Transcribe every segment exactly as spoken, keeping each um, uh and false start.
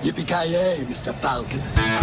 Yippee-ki-yay, mister Falcon.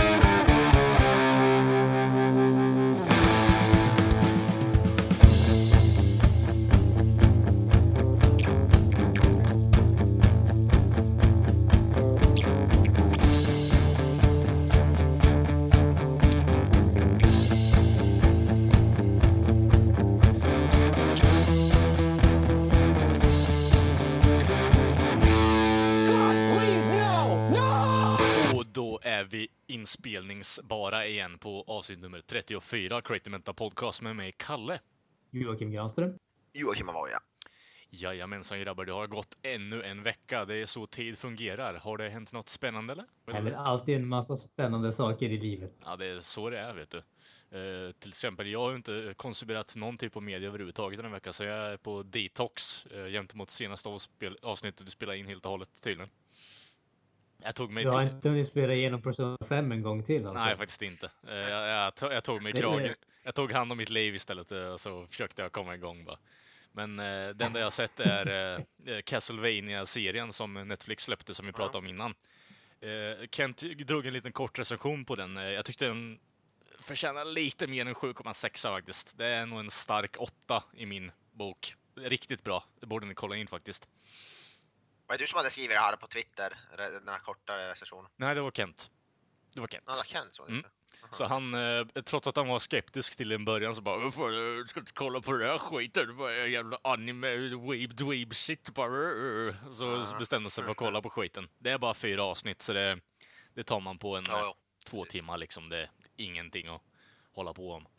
Inspelningsbara igen på avsnitt nummer trettiofyra, Creative Mental Podcast med mig, Kalle. Joakim Granström. Joakim Avoya. Jajamensan grabbar, det har gått ännu en vecka. Det är så tid fungerar. Har det hänt något spännande eller? Det händer alltid en massa spännande saker i livet. Ja, det är så det är, vet du. Uh, till exempel, jag har inte konsumerat någon typ av media överhuvudtaget den här veckan, så jag är på detox uh, gentemot senaste avspel- avsnittet du spelade in helt och hållet tydligen. Jag tog mig du har inte hunnit spela igenom Persona fem en gång till alltså. Nej, faktiskt inte. Uh, jag, jag, tog, jag tog mig kragen. Jag tog hand om mitt liv istället och så försökte jag komma igång bara. Men uh, det enda jag har sett är uh, Castlevania-serien som Netflix släppte, som vi pratade om innan. Uh, Kent drog en liten kort recension på den. Uh, jag tyckte den förtjänar lite mer än sju komma sex faktiskt. Det är nog en stark åtta i min bok. Riktigt bra. Det borde ni kolla in faktiskt. Var det du som hade skrivit det här på Twitter, den här korta recensionen? Nej, det var Kent. Det var Kent. Ja, det var Kent, så, mm. så han, eh, trots att han var skeptisk till en början, så bara varför jag ska inte kolla på det här skiten? Det var en jävla anime, weeb, dweeb shit bara. Så uh-huh. bestämde sig för att kolla på skiten. Det är bara fyra avsnitt, så det, det tar man på en ja, ja. två timmar liksom. Det är ingenting att hålla på om.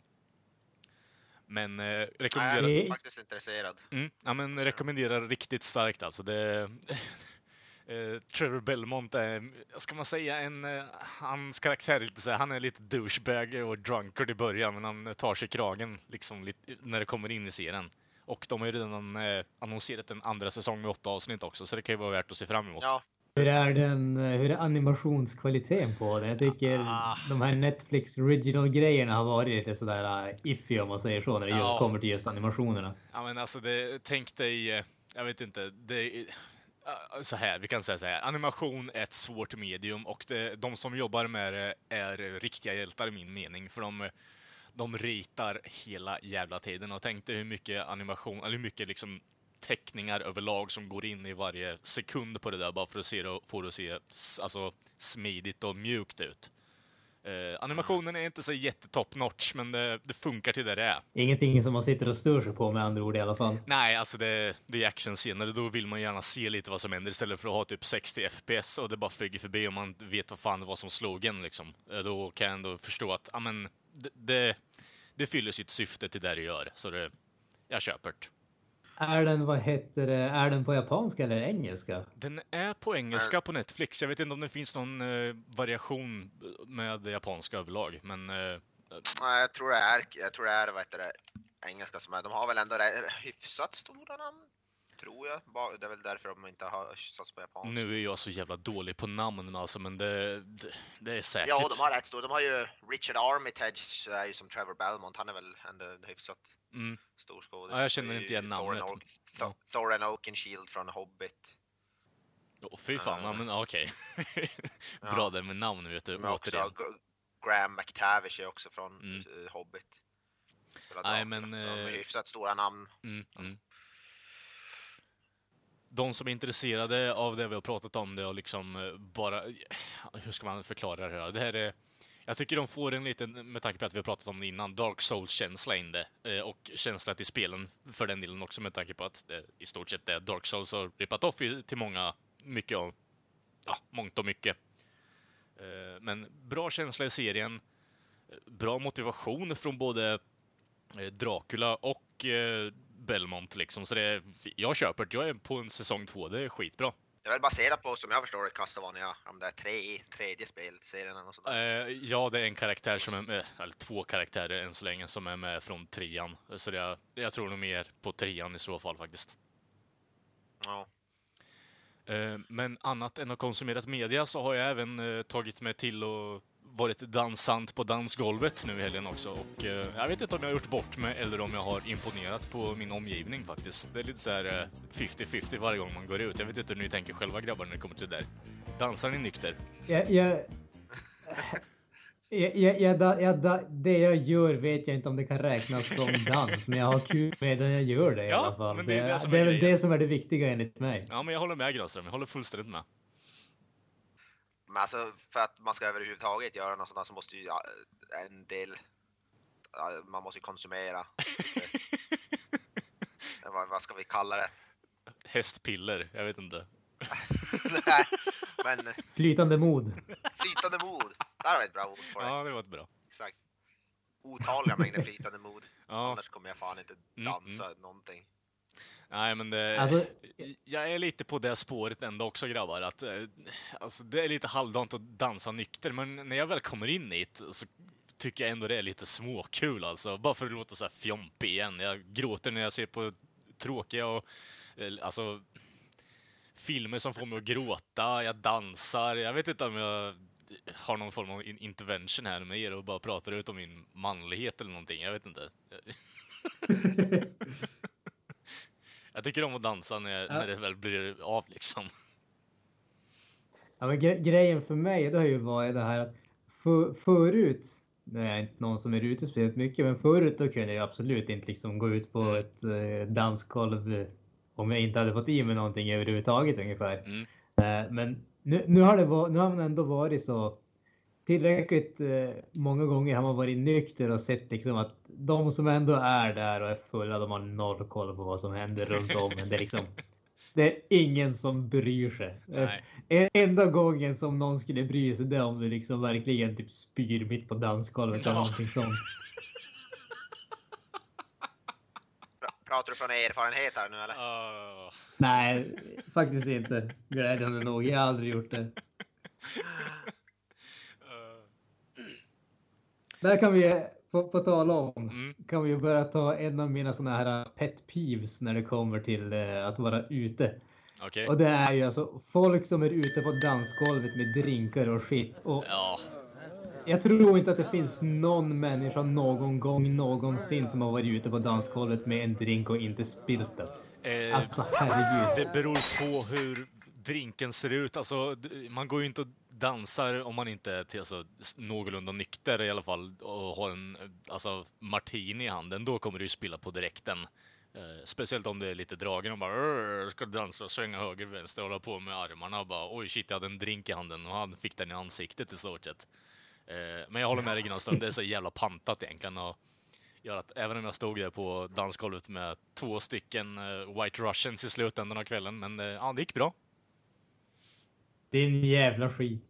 Men eh, rekommenderar... Nej, jag är faktiskt intresserad. Mm, ja, men rekommenderar riktigt starkt alltså. Det... eh, Trevor Belmont är, ska man säga, en... Eh, hans karaktär är lite så här, han är lite douchebag och drunkard i början, men han tar sig kragen liksom lite, när det kommer in i serien. Och de har ju redan eh, annonserat en andra säsong med åtta avsnitt också, så det kan ju vara värt att se fram emot. Ja. Hur är, den, hur är animationskvaliteten på den? Jag tycker ah. de här Netflix original-grejerna har varit lite sådär uh, iffy, om man säger så, när det ja. kommer till just animationerna. Ja, men alltså, det, tänk dig, jag vet inte, det, så här, vi kan säga så här, animation är ett svårt medium, och det, de som jobbar med det är riktiga hjältar i min mening, för de, de ritar hela jävla tiden, och tänk dig hur mycket animation, eller hur mycket liksom teckningar överlag som går in i varje sekund på det där, bara för att se det, få det att se alltså, smidigt och mjukt ut. Eh, animationen är inte så jättetop notch, men det, det funkar till det det är. Ingenting som man sitter och stör sig på, med andra ord i alla fall. Nej, alltså det, det är actionscener, då vill man gärna se lite vad som händer istället för att ha typ sextio F P S och det bara flyger förbi och man vet vad fan det var som slog en liksom. Eh, då kan jag ändå förstå att ja, men, det, det, det fyller sitt syfte till det det gör, så det, jag köper det. Är den, vad heter det, är den på japanska eller engelska? Den är på engelska på Netflix. Jag vet inte om det finns någon eh, variation med japanska överlag, men... Eh, Nej, jag tror det är, jag tror det är, vad heter det, engelska som är. De har väl ändå hyfsat stora namn, tror jag. Det är väl därför de inte har satts på japanska. Nu är jag så jävla dålig på namnen alltså, men det, det, det är säkert. Ja, de har rätt stora. De har ju Richard Armitage, är ju som Trevor Belmont. Han är väl ändå hyfsat mm. stor skådis. Ja, jag känner inte igen namnet. Thorin, Th- Thorin Oakenshield från Hobbit. Åh, oh, fy fan. Uh, ja, men okej. Okay. Bra ja. Det med namn, vet du. Återigen. G- Graham McTavish är också från mm. uh, Hobbit. Nej, men... Så de är hyfsat stora namn. Mm, mm. De som är intresserade av det vi har pratat om, det och liksom bara... Hur ska man förklara det här? Det här är... Jag tycker de får en liten, med tanke på att vi har pratat om det innan, Dark Souls-känsla in det. Och känsla till spelen för den delen också, med tanke på att det i stort sett är Dark Souls har rippat off till många, mycket av, ja, mångt och mycket. Men bra känsla i serien, bra motivation från både Dracula och Belmont liksom. Så det, jag köper det, jag är på en säsong två, det är skitbra. Det är väl baserat på, som jag förstår det, Castlevania, om det är tre, tredje spelserien och sådär. Eh, ja, det är en karaktär som är med, eller två karaktärer än så länge som är med från trean. Så det, jag tror nog mer på trean i så fall faktiskt. Ja. Eh, men annat än att konsumerat media så har jag även eh, tagit mig till att varit dansant på dansgolvet nu i helgen också. Och eh, jag vet inte om jag har gjort bort mig eller om jag har imponerat på min omgivning faktiskt. Det är lite så här eh, femtio femtio varje gång man går ut. Jag vet inte hur ni tänker själva grabbar när det kommer till det där. Dansar ni nykter? Jag, jag, jag, jag, jag, da- jag, da- det jag gör vet jag inte om det kan räknas som dans, men jag har kul medan jag gör det i Ja, alla fall. men det är det som är det är väl grejen. det som är det viktiga enligt mig. Ja, men jag håller med Granström. Jag håller fullständigt med. Men alltså för att man ska överhuvudtaget göra något sånt så måste ju ja, en del, ja, man måste ju konsumera. vad, vad ska vi kalla det? Hästpiller, jag vet inte. Nej, men Flytande mod. flytande mod. Där var ett bra ord för det. Ja, det var ett bra. Exakt. Otaliga mängder flytande mod. Ja. Annars kommer jag fan inte Mm, dansa någonting. Nej, men det, Alltså- jag är lite på det spåret ändå också grabbar. Att, eh, alltså, det är lite halvdant att dansa nykter, men när jag väl kommer in i det så tycker jag ändå det är lite småkul alltså. Bara för att låta så här fjompig igen. Jag gråter när jag ser på tråkiga och eh, alltså filmer som får mig att gråta. Jag dansar. Jag vet inte om jag har någon form av in- intervention här med er och bara pratar ut om min manlighet eller någonting. Jag vet inte. Jag tycker om att dansa när, jag, Ja. när det väl blir av liksom. Ja, men gre- grejen för mig det har ju varit det här att för, förut, nu är jag inte någon som är ute speciellt mycket, men förut då kunde jag absolut inte liksom gå ut på ett eh, dansgolv eh, om jag inte hade fått i mig någonting överhuvudtaget ungefär. Mm. Eh, men nu, nu, har det var, nu har man ändå varit så tillräckligt eh, många gånger har man varit nykter och sett liksom att de som ändå är där och är fulla, de har noll koll på vad som händer runt om. Men det är liksom, det är ingen som bryr sig. Nej. En enda gången som någon skulle bry sig det är om du liksom verkligen typ spyr mitt på dansgolvet eller Ja. någonting sånt. Pra- Pratar du från erfarenhet här nu eller? Uh, Nej, faktiskt inte. Glädjande nog, jag har aldrig gjort det. Där kan vi, på, på tala om, Mm. kan vi börja ta en av mina såna här pet peeves när det kommer till eh, att vara ute. Okej. Och det är ju alltså folk som är ute på dansgolvet med drinkar och skit. Och Ja. jag tror inte att det finns någon människa någon gång någonsin som har varit ute på dansgolvet med en drink och inte spilt den. Eh, Alltså herregud. det beror på hur drinken ser ut. Alltså, d- man går ju inte och dansar om man inte är till, alltså, s- någorlunda nykter i alla fall och har en eh, alltså, martini i handen. Då kommer du ju spilla på direkten. Eh, speciellt om det är lite dragen och bara "Rrr, ska dansa, svänga höger, vänster, hålla på med armarna och bara oj shit, jag hade en drink i handen och han fick den i ansiktet i stort sett. Eh, men jag håller med dig Granström, det är så jävla pantat egentligen och gör att även om jag stod där på dansgolvet med två stycken eh, White Russians i slutändan av kvällen, men eh, ja, det gick bra. Din jävla skit.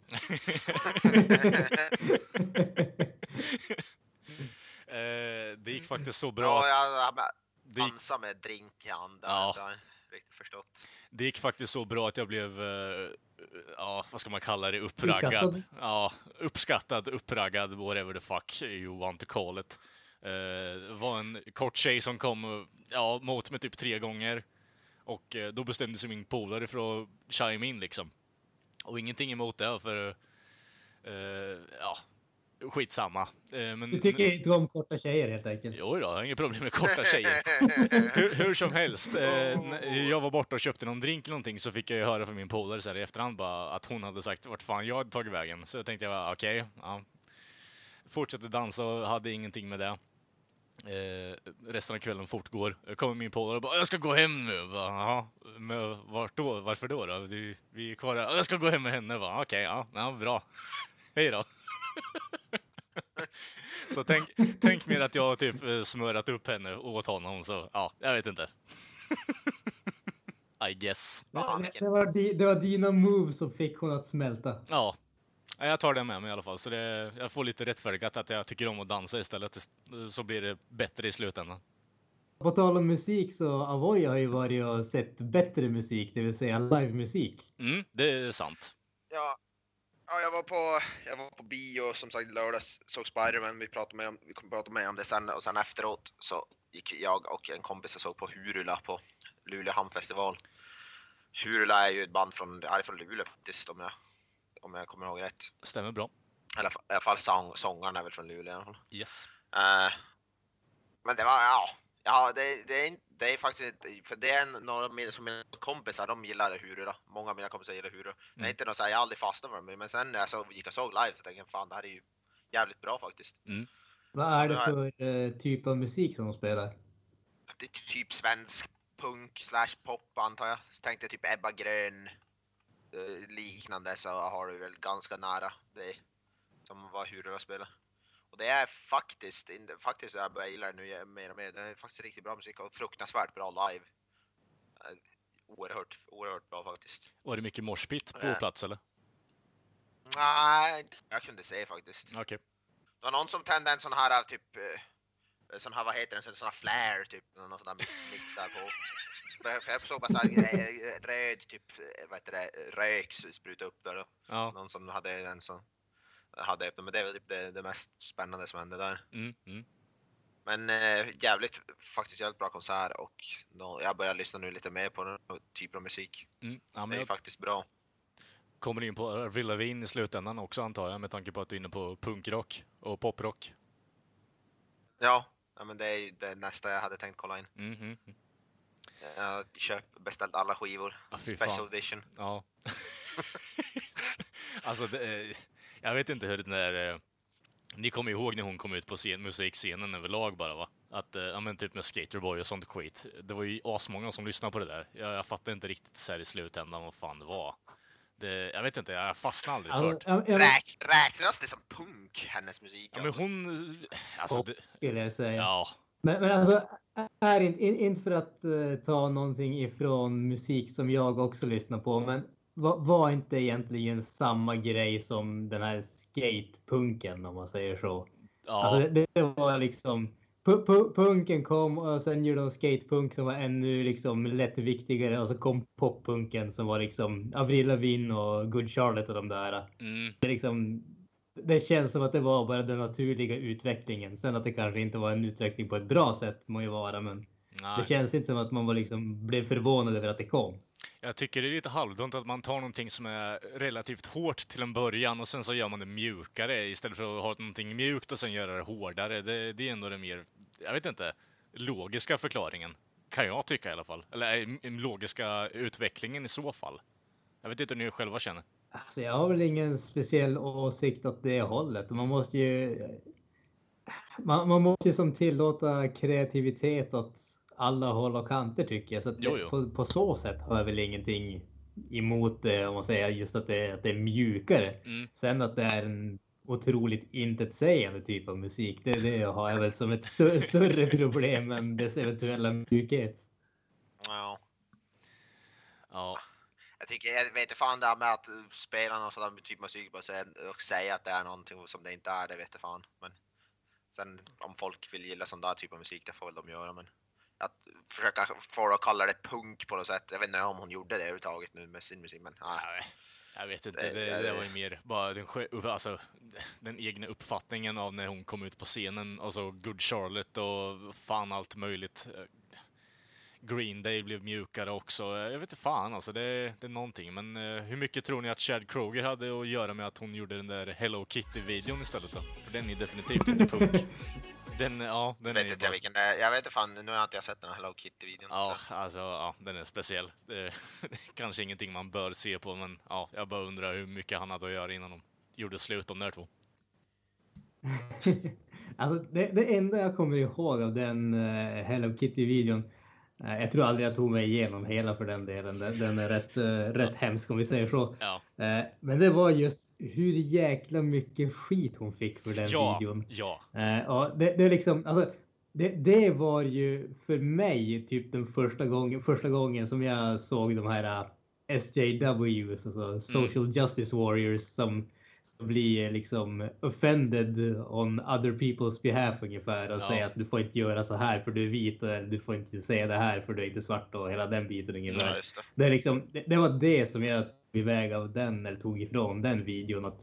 eh, det gick faktiskt så bra. Ja, att- jag, jag, det gick, dansa med drink i handen. Ja. Jag har inte riktigt förstått. det gick faktiskt så bra att jag blev, eh, ja, vad ska man kalla det, uppraggad. Uppskattad. Ja, uppskattad, uppraggad, whatever the fuck you want to call it. Eh, det var en kort tjej som kom och, ja, mot mig typ tre gånger. Och eh, då bestämde sig min polare för att chime in liksom. Och ingenting emot det, för eh, ja, skitsamma. Eh, men, Du tycker inte om korta tjejer helt enkelt. Jo då, jag har inga problem med korta tjejer. hur, hur som helst, eh, när jag var borta och köpte någon drink eller någonting så fick jag ju höra från min polare så här i efterhand bara att hon hade sagt vart fan jag hade tagit vägen. Så jag tänkte jag okej, ja. Fortsatte dansa och hade ingenting med det. Eh, resten av kvällen fortgår. Jag kommer min polare och bara jag ska gå hem nu. Bara, jaha, men vart då? Varför då? då? Du, vi är kvar här. Jag ska gå hem med henne. Okej, okay, ja, ja, bra. Hej då. Så tänk, tänk mer att jag har typ eh, smörat upp henne åt honom, så ja, jag vet inte. I guess. Det, det, var, di- det var dina moves som fick hon att smälta. Ja, jag tar det med mig i alla fall. Så det, jag får lite rättfärdigat att jag tycker om att dansa istället, så blir det bättre i slutändan. På tal om musik så Avoy har ju varit och sett bättre musik, det vill säga livemusik. Mm, det är sant. Ja, ja jag, var på, jag var på bio som sagt lördags, såg Spider-Man, vi pratade med om, vi kommer prata mer om det sen, och sen efteråt så gick jag och en kompis och såg på Hurula på Luleå hamnfestival. Hurula är ju ett band från, är från Luleå faktiskt, om jag, om jag kommer ihåg rätt. Stämmer bra. Eller i alla fall sång, sångaren är väl från Luleå i alla fall. Yes. Uh, men det var, ja, ja det, det, är, det är faktiskt, för det är några av mina, som mina kompisar, de gillar Hurula. Många av mina kompisar gillar Huru. Mm. Det är inte något så här, jag har aldrig fastnat för dem, men sen när jag så, gick och såg live så tänkte jag, fan det här är ju jävligt bra faktiskt. Mm. Vad är det för uh, typ av musik som de spelar? Det är typ svensk punk slash pop antar jag. Så tänkte jag typ Ebba Grön uh, liknande, så har du väl ganska nära det som var Hurula spelar. Och det är faktiskt, faktiskt jag börjar gilla det nu mer och mer. Det är faktiskt riktigt bra musik och fruktansvärt bra live. Oerhört, oerhört bra faktiskt. Var det mycket morspit på ja. plats eller? Nej, jag kunde se faktiskt. Okej. Okay. Det var någon som tände en sån här typ, sån här, vad heter det, en sån här flare typ, någon sån där mitt där på. För jag såg bara så här röd typ, vad heter det, rök spruta upp där då. Ja. Någon som hade en sån. Hade öppnat, men det var typ det, det mest spännande som hände där. Mm, mm. Men äh, jävligt, faktiskt jävligt bra konsert och då, jag börjar lyssna nu lite mer på den typen av musik. Mm, ja, men det är jag... faktiskt bra. Kommer in på Avril Lavigne i slutändan också antar jag, med tanke på att du är inne på punkrock och poprock. Ja, ja men det är ju det nästa jag hade tänkt kolla in. Mm, mm. Jag har köpt, beställt alla skivor. Ja, Special edition. Ja. Alltså det, jag vet inte hur den där... Ni kommer ihåg när hon kom ut på scen, musikscenen överlag bara va? Att, ja men typ med Skaterboy och sånt skit. Det var ju asmånga som lyssnade på det där. Jag, jag fattar inte riktigt så här i slutändan vad fan det var. Det, jag vet inte, jag fastnade aldrig för det. Alltså, Räk, räknas det som punk, hennes musik? Ja men hon... Alltså, pop, det, skulle jag säga. Ja. Men, men alltså, är inte, inte för att uh, ta någonting ifrån musik som jag också lyssnar på, men var, var inte egentligen samma grej som den här skatepunken om man säger så. Ja. Alltså, det, det var liksom pu- pu- punken kom och sen gjorde de skatepunk som var ännu liksom lätt viktigare och så kom poppunken som var liksom Avril Lavigne och Good Charlotte och de där. Mm. Det, liksom, det känns som att det var bara den naturliga utvecklingen. Sen att det kanske inte var en utveckling på ett bra sätt må ju vara, men nej. Det känns inte som att man var liksom blev förvånad över att det kom. Jag tycker det är lite halvdumt att man tar någonting som är relativt hårt till en början och sen så gör man det mjukare istället för att ha någonting mjukt och sen göra det hårdare. Det, det är ändå det mer, jag vet inte, logiska förklaringen. Kan jag tycka i alla fall. Eller logiska utvecklingen i så fall. Jag vet inte hur ni själva känner. Alltså jag har väl ingen speciell åsikt åt det hållet. Man måste ju... Man, man måste ju som tillåta kreativitet åt alla håll och kanter tycker jag. Så att jo, jo. På, på så sätt har jag väl ingenting emot det om man säger just att det, att det är mjukare. Mm. Sen att det är en otroligt intetsägande typ av musik. Det, det har jag väl som ett stö- större problem än dess eventuella mjukhet. Ja. Ja. Jag tycker, jag vet inte fan det här med att spela någon sån där typ av musik och säga att det är någonting som det inte är, det vet jag fan. Men sen om folk vill gilla sån där typ av musik, det får väl de göra, men att försöka få att kalla det punk på något sätt. Jag vet inte om hon gjorde det överhuvudtaget nu med sin musik, men nej. Jag vet inte, det, det, det var ju mer bara den, alltså, den egna uppfattningen av när hon kom ut på scenen. Alltså Good Charlotte och fan allt möjligt. Green Day blev mjukare också. Jag vet inte fan, alltså det, det är någonting. Men uh, hur mycket tror ni att Chad Kroger hade att göra med att hon gjorde den där Hello Kitty-videon istället då? För den är definitivt inte punk. Den, ja, den vet är inte bara... vilken, jag vet inte fan, nu har jag inte sett den här Hello Kitty-videon. Ja, alltså, ja, den är speciell. Det är kanske ingenting man bör se på, men ja, jag bara undrar hur mycket han hade att göra innan de gjorde slut om där två. Alltså, det, det enda jag kommer ihåg av den uh, Hello Kitty-videon, uh, jag tror aldrig jag tog mig igenom hela för den delen. Den, den är rätt, uh, rätt hemsk om vi säger så. Ja. Uh, men det var just hur jäkla mycket skit hon fick för den ja, videon. Ja, uh, och det, det är liksom, alltså, det, det var ju för mig typ den första gången, första gången som jag såg de här uh, S J Ws, alltså Social mm. Justice Warriors, som, som blir liksom offended on other people's behalf ungefär och ja. säger att du får inte göra så här för du är vit eller du får inte säga det här för du är inte svart och hela den biten ungefär. Ja, det. Det, är liksom, det, det var det som jag tog iväg av den eller tog ifrån den videon, att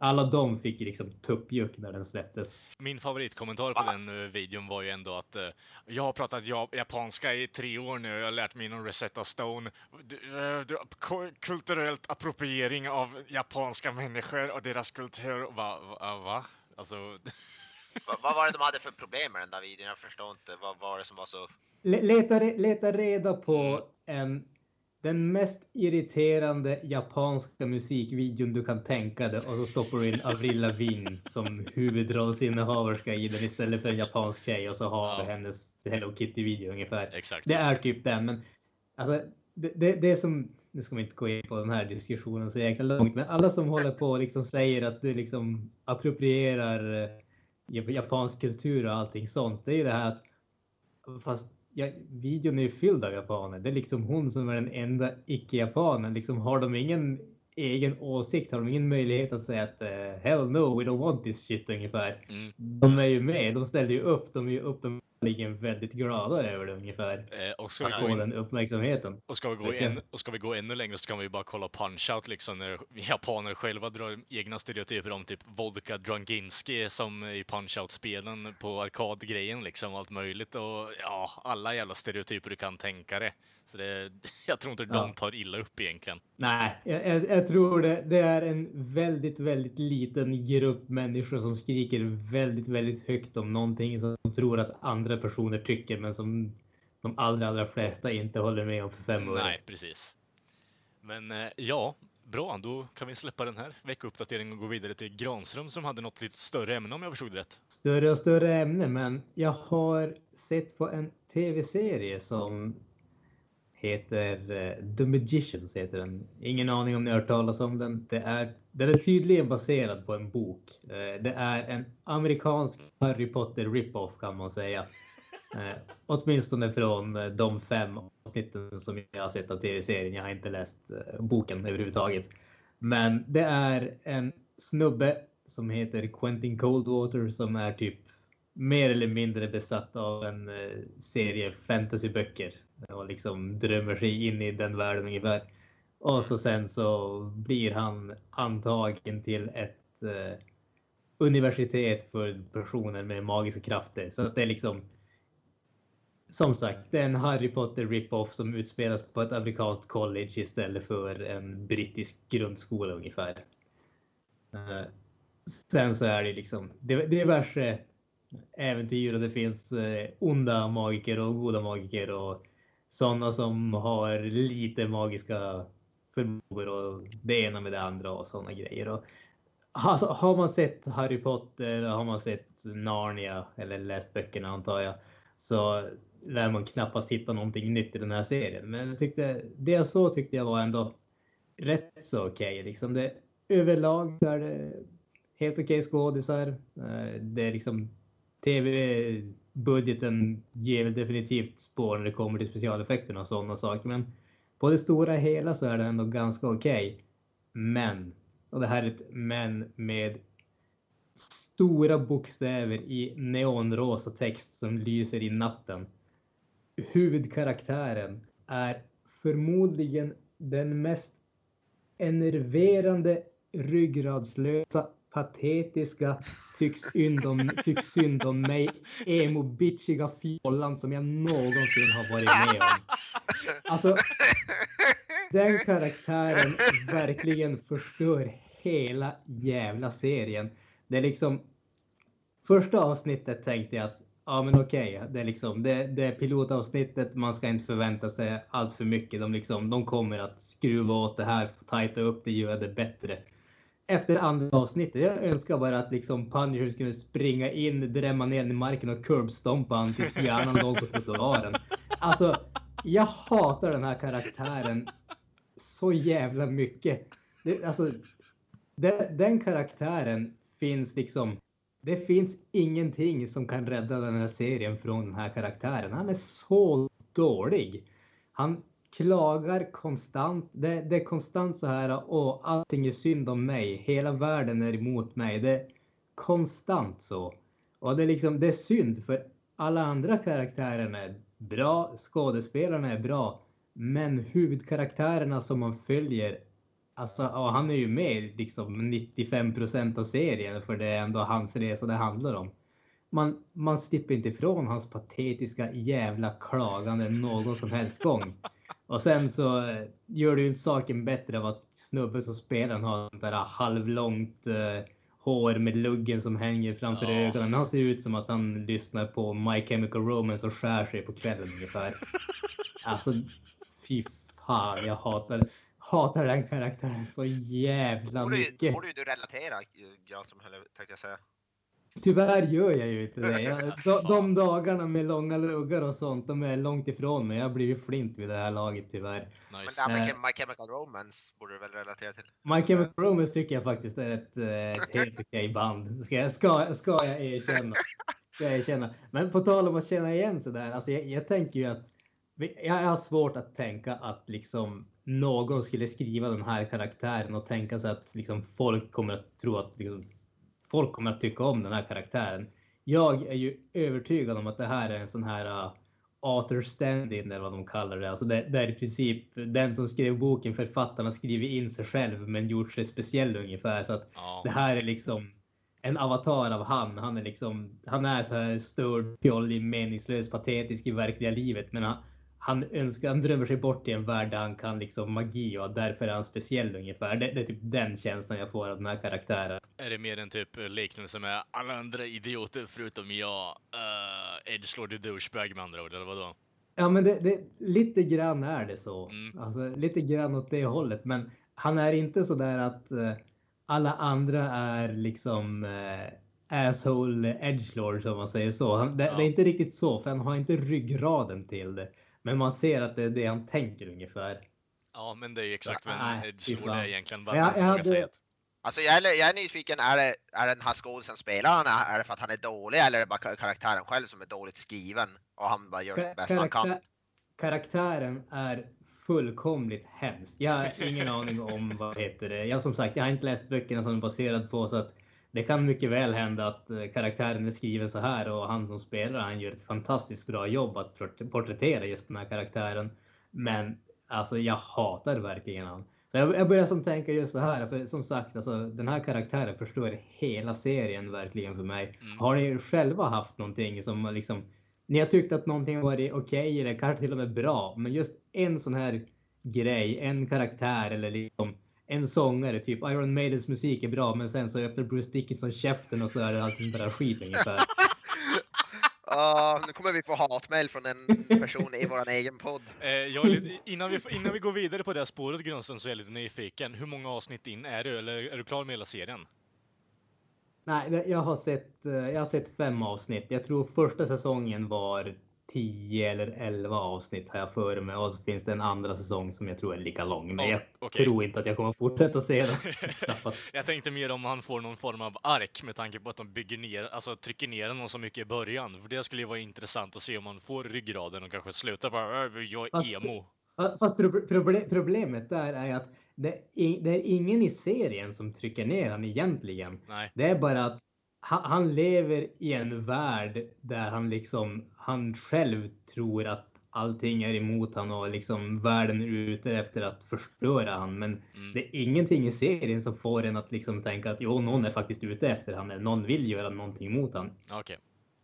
alla de fick liksom tuppjuck när den släpptes. Min favoritkommentar på den uh, videon var ju ändå att uh, jag har pratat ja- japanska i tre år nu och jag har lärt mig inom Rosetta Stone. Du, uh, du, ko- kulturellt appropriering av japanska människor och deras kultur. Va? va, va? Alltså... Va, vad var det de hade för problem med den där videon? Jag förstår inte. Vad var det som var så... Leta, leta reda på en, den mest irriterande japanska musikvideon du kan tänka dig och så stoppar du in Avril Lavigne som huvudrollsinnehaverska i den istället för en japansk tjej och så har du Ja. hennes Hello Kitty-video ungefär. Exakt. Det är typ den, men alltså det, det, det är som, nu ska vi inte gå in på den här diskussionen så jäkla långt, men alla som håller på och liksom säger att du liksom approprierar eh, japansk kultur och allting sånt, det är ju det här att fast ja, videon är ju fylld av japaner. Det är liksom hon som är den enda icke-japanen. Liksom, har de ingen egen åsikt? Har de ingen möjlighet att säga att uh, hell no, we don't want this shit ungefär? Mm. De är ju med. De ställer ju upp. De är ju uppenbarligen väldigt glada över det ungefär. Eh, och, ska vi Att gå få in, den uppmärksamheten. och, ska vi gå Verkligen. en, och ska vi gå ännu längre så kan vi ju bara kolla Punch-Out liksom när japaner själva drar egna stereotyper om typ Vodka Drunginski som i Punch-Out-spelen på arkadgrejen liksom, allt möjligt och ja, alla jävla stereotyper du kan tänka dig. Så det, jag tror inte Ja. de tar illa upp egentligen. Nej, jag, jag, jag tror det, det är en väldigt, väldigt liten grupp människor som skriker väldigt, väldigt högt om någonting som de tror att andra personer tycker, men som de allra, allra flesta inte håller med om för fem år. Nej, precis. Men eh, ja, bra. Då kan vi släppa den här veckouppdateringen och gå vidare till Granström som hade något lite större ämne om jag förstod rätt. Större och större ämne, men jag har sett på en tv-serie som heter uh, The Magicians heter den. Ingen aning om ni har hört talas om den. Det är, den är tydligen baserad på en bok. Uh, det är en amerikansk Harry Potter rip-off kan man säga. Uh, åtminstone från uh, de fem avsnitten som jag har sett av tv-serien. Jag har inte läst uh, boken överhuvudtaget. Men det är en snubbe som heter Quentin Coldwater som är typ mer eller mindre besatt av en uh, serie fantasyböcker och liksom drömmer sig in i den världen ungefär. Och så sen så blir han antagen till ett uh, universitet för personer med magiska krafter. Så att det är liksom, som sagt, det är en Harry Potter rip-off som utspelas på ett amerikanskt college istället för en brittisk grundskola ungefär. Uh, sen så är det liksom diverse äventyr och det finns uh, onda magiker och goda magiker och sådana som har lite magiska förmågor och det ena med det andra och sådana grejer. Och, alltså, har man sett Harry Potter, har man sett Narnia eller läst böckerna antar jag, så lär man knappast hitta någonting nytt i den här serien. Men jag tyckte, det jag så tyckte jag var ändå rätt så okej. Okay. Liksom det, överlag är det helt okej okay skådisar. Det är liksom tv-budgeten ger väl definitivt spår när det kommer till specialeffekterna och sådana saker. Men på det stora hela så är det ändå ganska okej. Okay. Men, och det här är ett men med stora bokstäver i neonrosa text som lyser i natten. Huvudkaraktären är förmodligen den mest enerverande, ryggradslösa, patetiska, tycks synd om, tycks synd om mig, emo-bitchiga fjollan som jag någonsin har varit med om. Alltså, den karaktären verkligen förstör hela jävla serien. Det är liksom, första avsnittet tänkte jag att ja men okej, okay, det är liksom det, det är pilotavsnittet, man ska inte förvänta sig allt för mycket. De liksom, de kommer att skruva åt det här, tajta upp det, göra det bättre. Efter andra avsnittet, jag önskar bara att liksom Punisher skulle springa in, drämma ner i marken och curbstompa han tills hjärnan låg på trottoaren. Alltså, jag hatar den här karaktären så jävla mycket. Det, alltså, det, den karaktären finns liksom, det finns ingenting som kan rädda den här serien från den här karaktären. Han är så dålig. Han klagar konstant. Det, det är konstant så här, åh, allting är synd om mig. Hela världen är emot mig. Det är konstant så. Och det är liksom, det är synd för alla andra karaktärerna är bra. Skådespelarna är bra. Men huvudkaraktärerna som man följer, alltså, och han är ju med liksom nittiofem procent av serien, för det är ändå hans resa det handlar om. Man, man slipper inte ifrån hans patetiska jävla klagande någon som helst gång. Och sen så eh, gör det ju inte saken bättre av att snubben som spelar har sånt där halvlångt eh, hår med luggen som hänger framför Ja. ögonen. Han ser ut som att han lyssnar på My Chemical Romance och skär sig på kvällen ungefär. Alltså, fy fan, jag hatar, hatar den karaktären så jävla Borde ju, mycket. borde ju du relatera, jag som heller tänkte jag säga. Tyvärr gör jag ju inte det. Jag, de, Fan. de dagarna med långa luggar och sånt, de är långt ifrån mig. Jag har blivit flint vid det här laget tyvärr. Men Nice. det här med Eh. My Chemical Romance borde du väl relatera till? My Chemical Romance tycker jag faktiskt är ett, eh, ett helt okej band. Ska jag, ska, ska jag erkänna. Ska jag erkänna. Men på tal om att känna igen sig där. Alltså jag, jag tänker ju att jag har svårt att tänka att liksom någon skulle skriva den här karaktären och tänka sig att liksom folk kommer att tro att liksom, folk kommer att tycka om den här karaktären. Jag är ju övertygad om att det här är en sån här uh, author stand-in eller vad de kallar det. Alltså det, det är i princip den som skrev boken, författarna skriver in sig själv men gjort sig speciell ungefär. Så att Ja. det här är liksom en avatar av han. Han är liksom, han är så här störd, fjollig, meningslös, patetisk i verkliga livet. Men han, han önskar, han drömmer sig bort i en värld där han kan liksom magi och därför är han speciell ungefär. Det, det är typ den känslan jag får av den här karaktären. Är det mer en typ liknelse med alla andra idioter förutom jag? Uh, Edgelord i douchebag med andra ord, eller vadå? Ja, men det, det, lite grann är det så. Mm. Alltså, lite grann åt det hållet. Men han är inte så där att uh, alla andra är liksom uh, asshole edgelord, som man säger så. Han, det, Ja. det är inte riktigt så, för han har inte ryggraden till det. Men man ser att det är det han tänker ungefär. Ja, men det är ju exakt vad Nej, en fy Edgelord fan. är egentligen. Men jag- jag hade- Hade... Alltså jag är, jag är nyfiken, är det, är det den här skådisen spelar han? Är det för att han är dålig eller är det bara karaktären själv som är dåligt skriven? Och han bara gör det Ka- bästa han kan? karaktär, karaktären är fullkomligt hemskt. Jag har ingen aning om vad heter det. Jag som sagt, jag har inte läst böckerna som är baserad på, så att det kan mycket väl hända att eh, karaktären är skriven så här och han som spelar, han gör ett fantastiskt bra jobb att port- porträttera just den här karaktären. Men alltså jag hatar verkligen han. Så jag, jag börjar som tänka just så här, för som sagt, alltså den här karaktären förstår hela serien verkligen för mig. Mm. Har ni själva haft någonting som liksom ni har tyckt att någonting har varit okej eller kanske till och med bra, men just en sån här grej, en karaktär eller liksom en sångare, typ Iron Maidens musik är bra, men sen så öppnar Bruce Dickinson käften och så är det allting bara skit ungefär. Uh, nu kommer vi få hatmail från en person i vår egen podd. Eh, jag är lite, innan, vi, innan vi går vidare på det här spåret, Grundström, så är jag lite nyfiken. Hur många avsnitt in är du, eller är du klar med hela serien? Nej, det- jag har sett eh, jag har sett fem avsnitt. Jag tror första säsongen var tio eller elva avsnitt har jag för mig, och så finns det en andra säsong som jag tror är lika lång, men Ja, jag okej. tror inte att jag kommer fortsätta se den. Knappast. Jag tänkte mer om han får någon form av ark med tanke på att de bygger ner, alltså trycker ner honom så mycket i början. För det skulle ju vara intressant att se om han får ryggraden och kanske slutar bara "Äh, jag Fast- är emo". Ja, fast pro- proble- problemet där är att det är, det är ingen i serien som trycker ner han egentligen. Nej. Det är bara att han, han lever i en värld där han liksom, han själv tror att allting är emot han och liksom världen är ute efter att förstöra han. Men Mm. det är ingenting i serien som får en att liksom tänka att jo, någon är faktiskt ute efter han eller någon vill göra någonting mot han. Okej.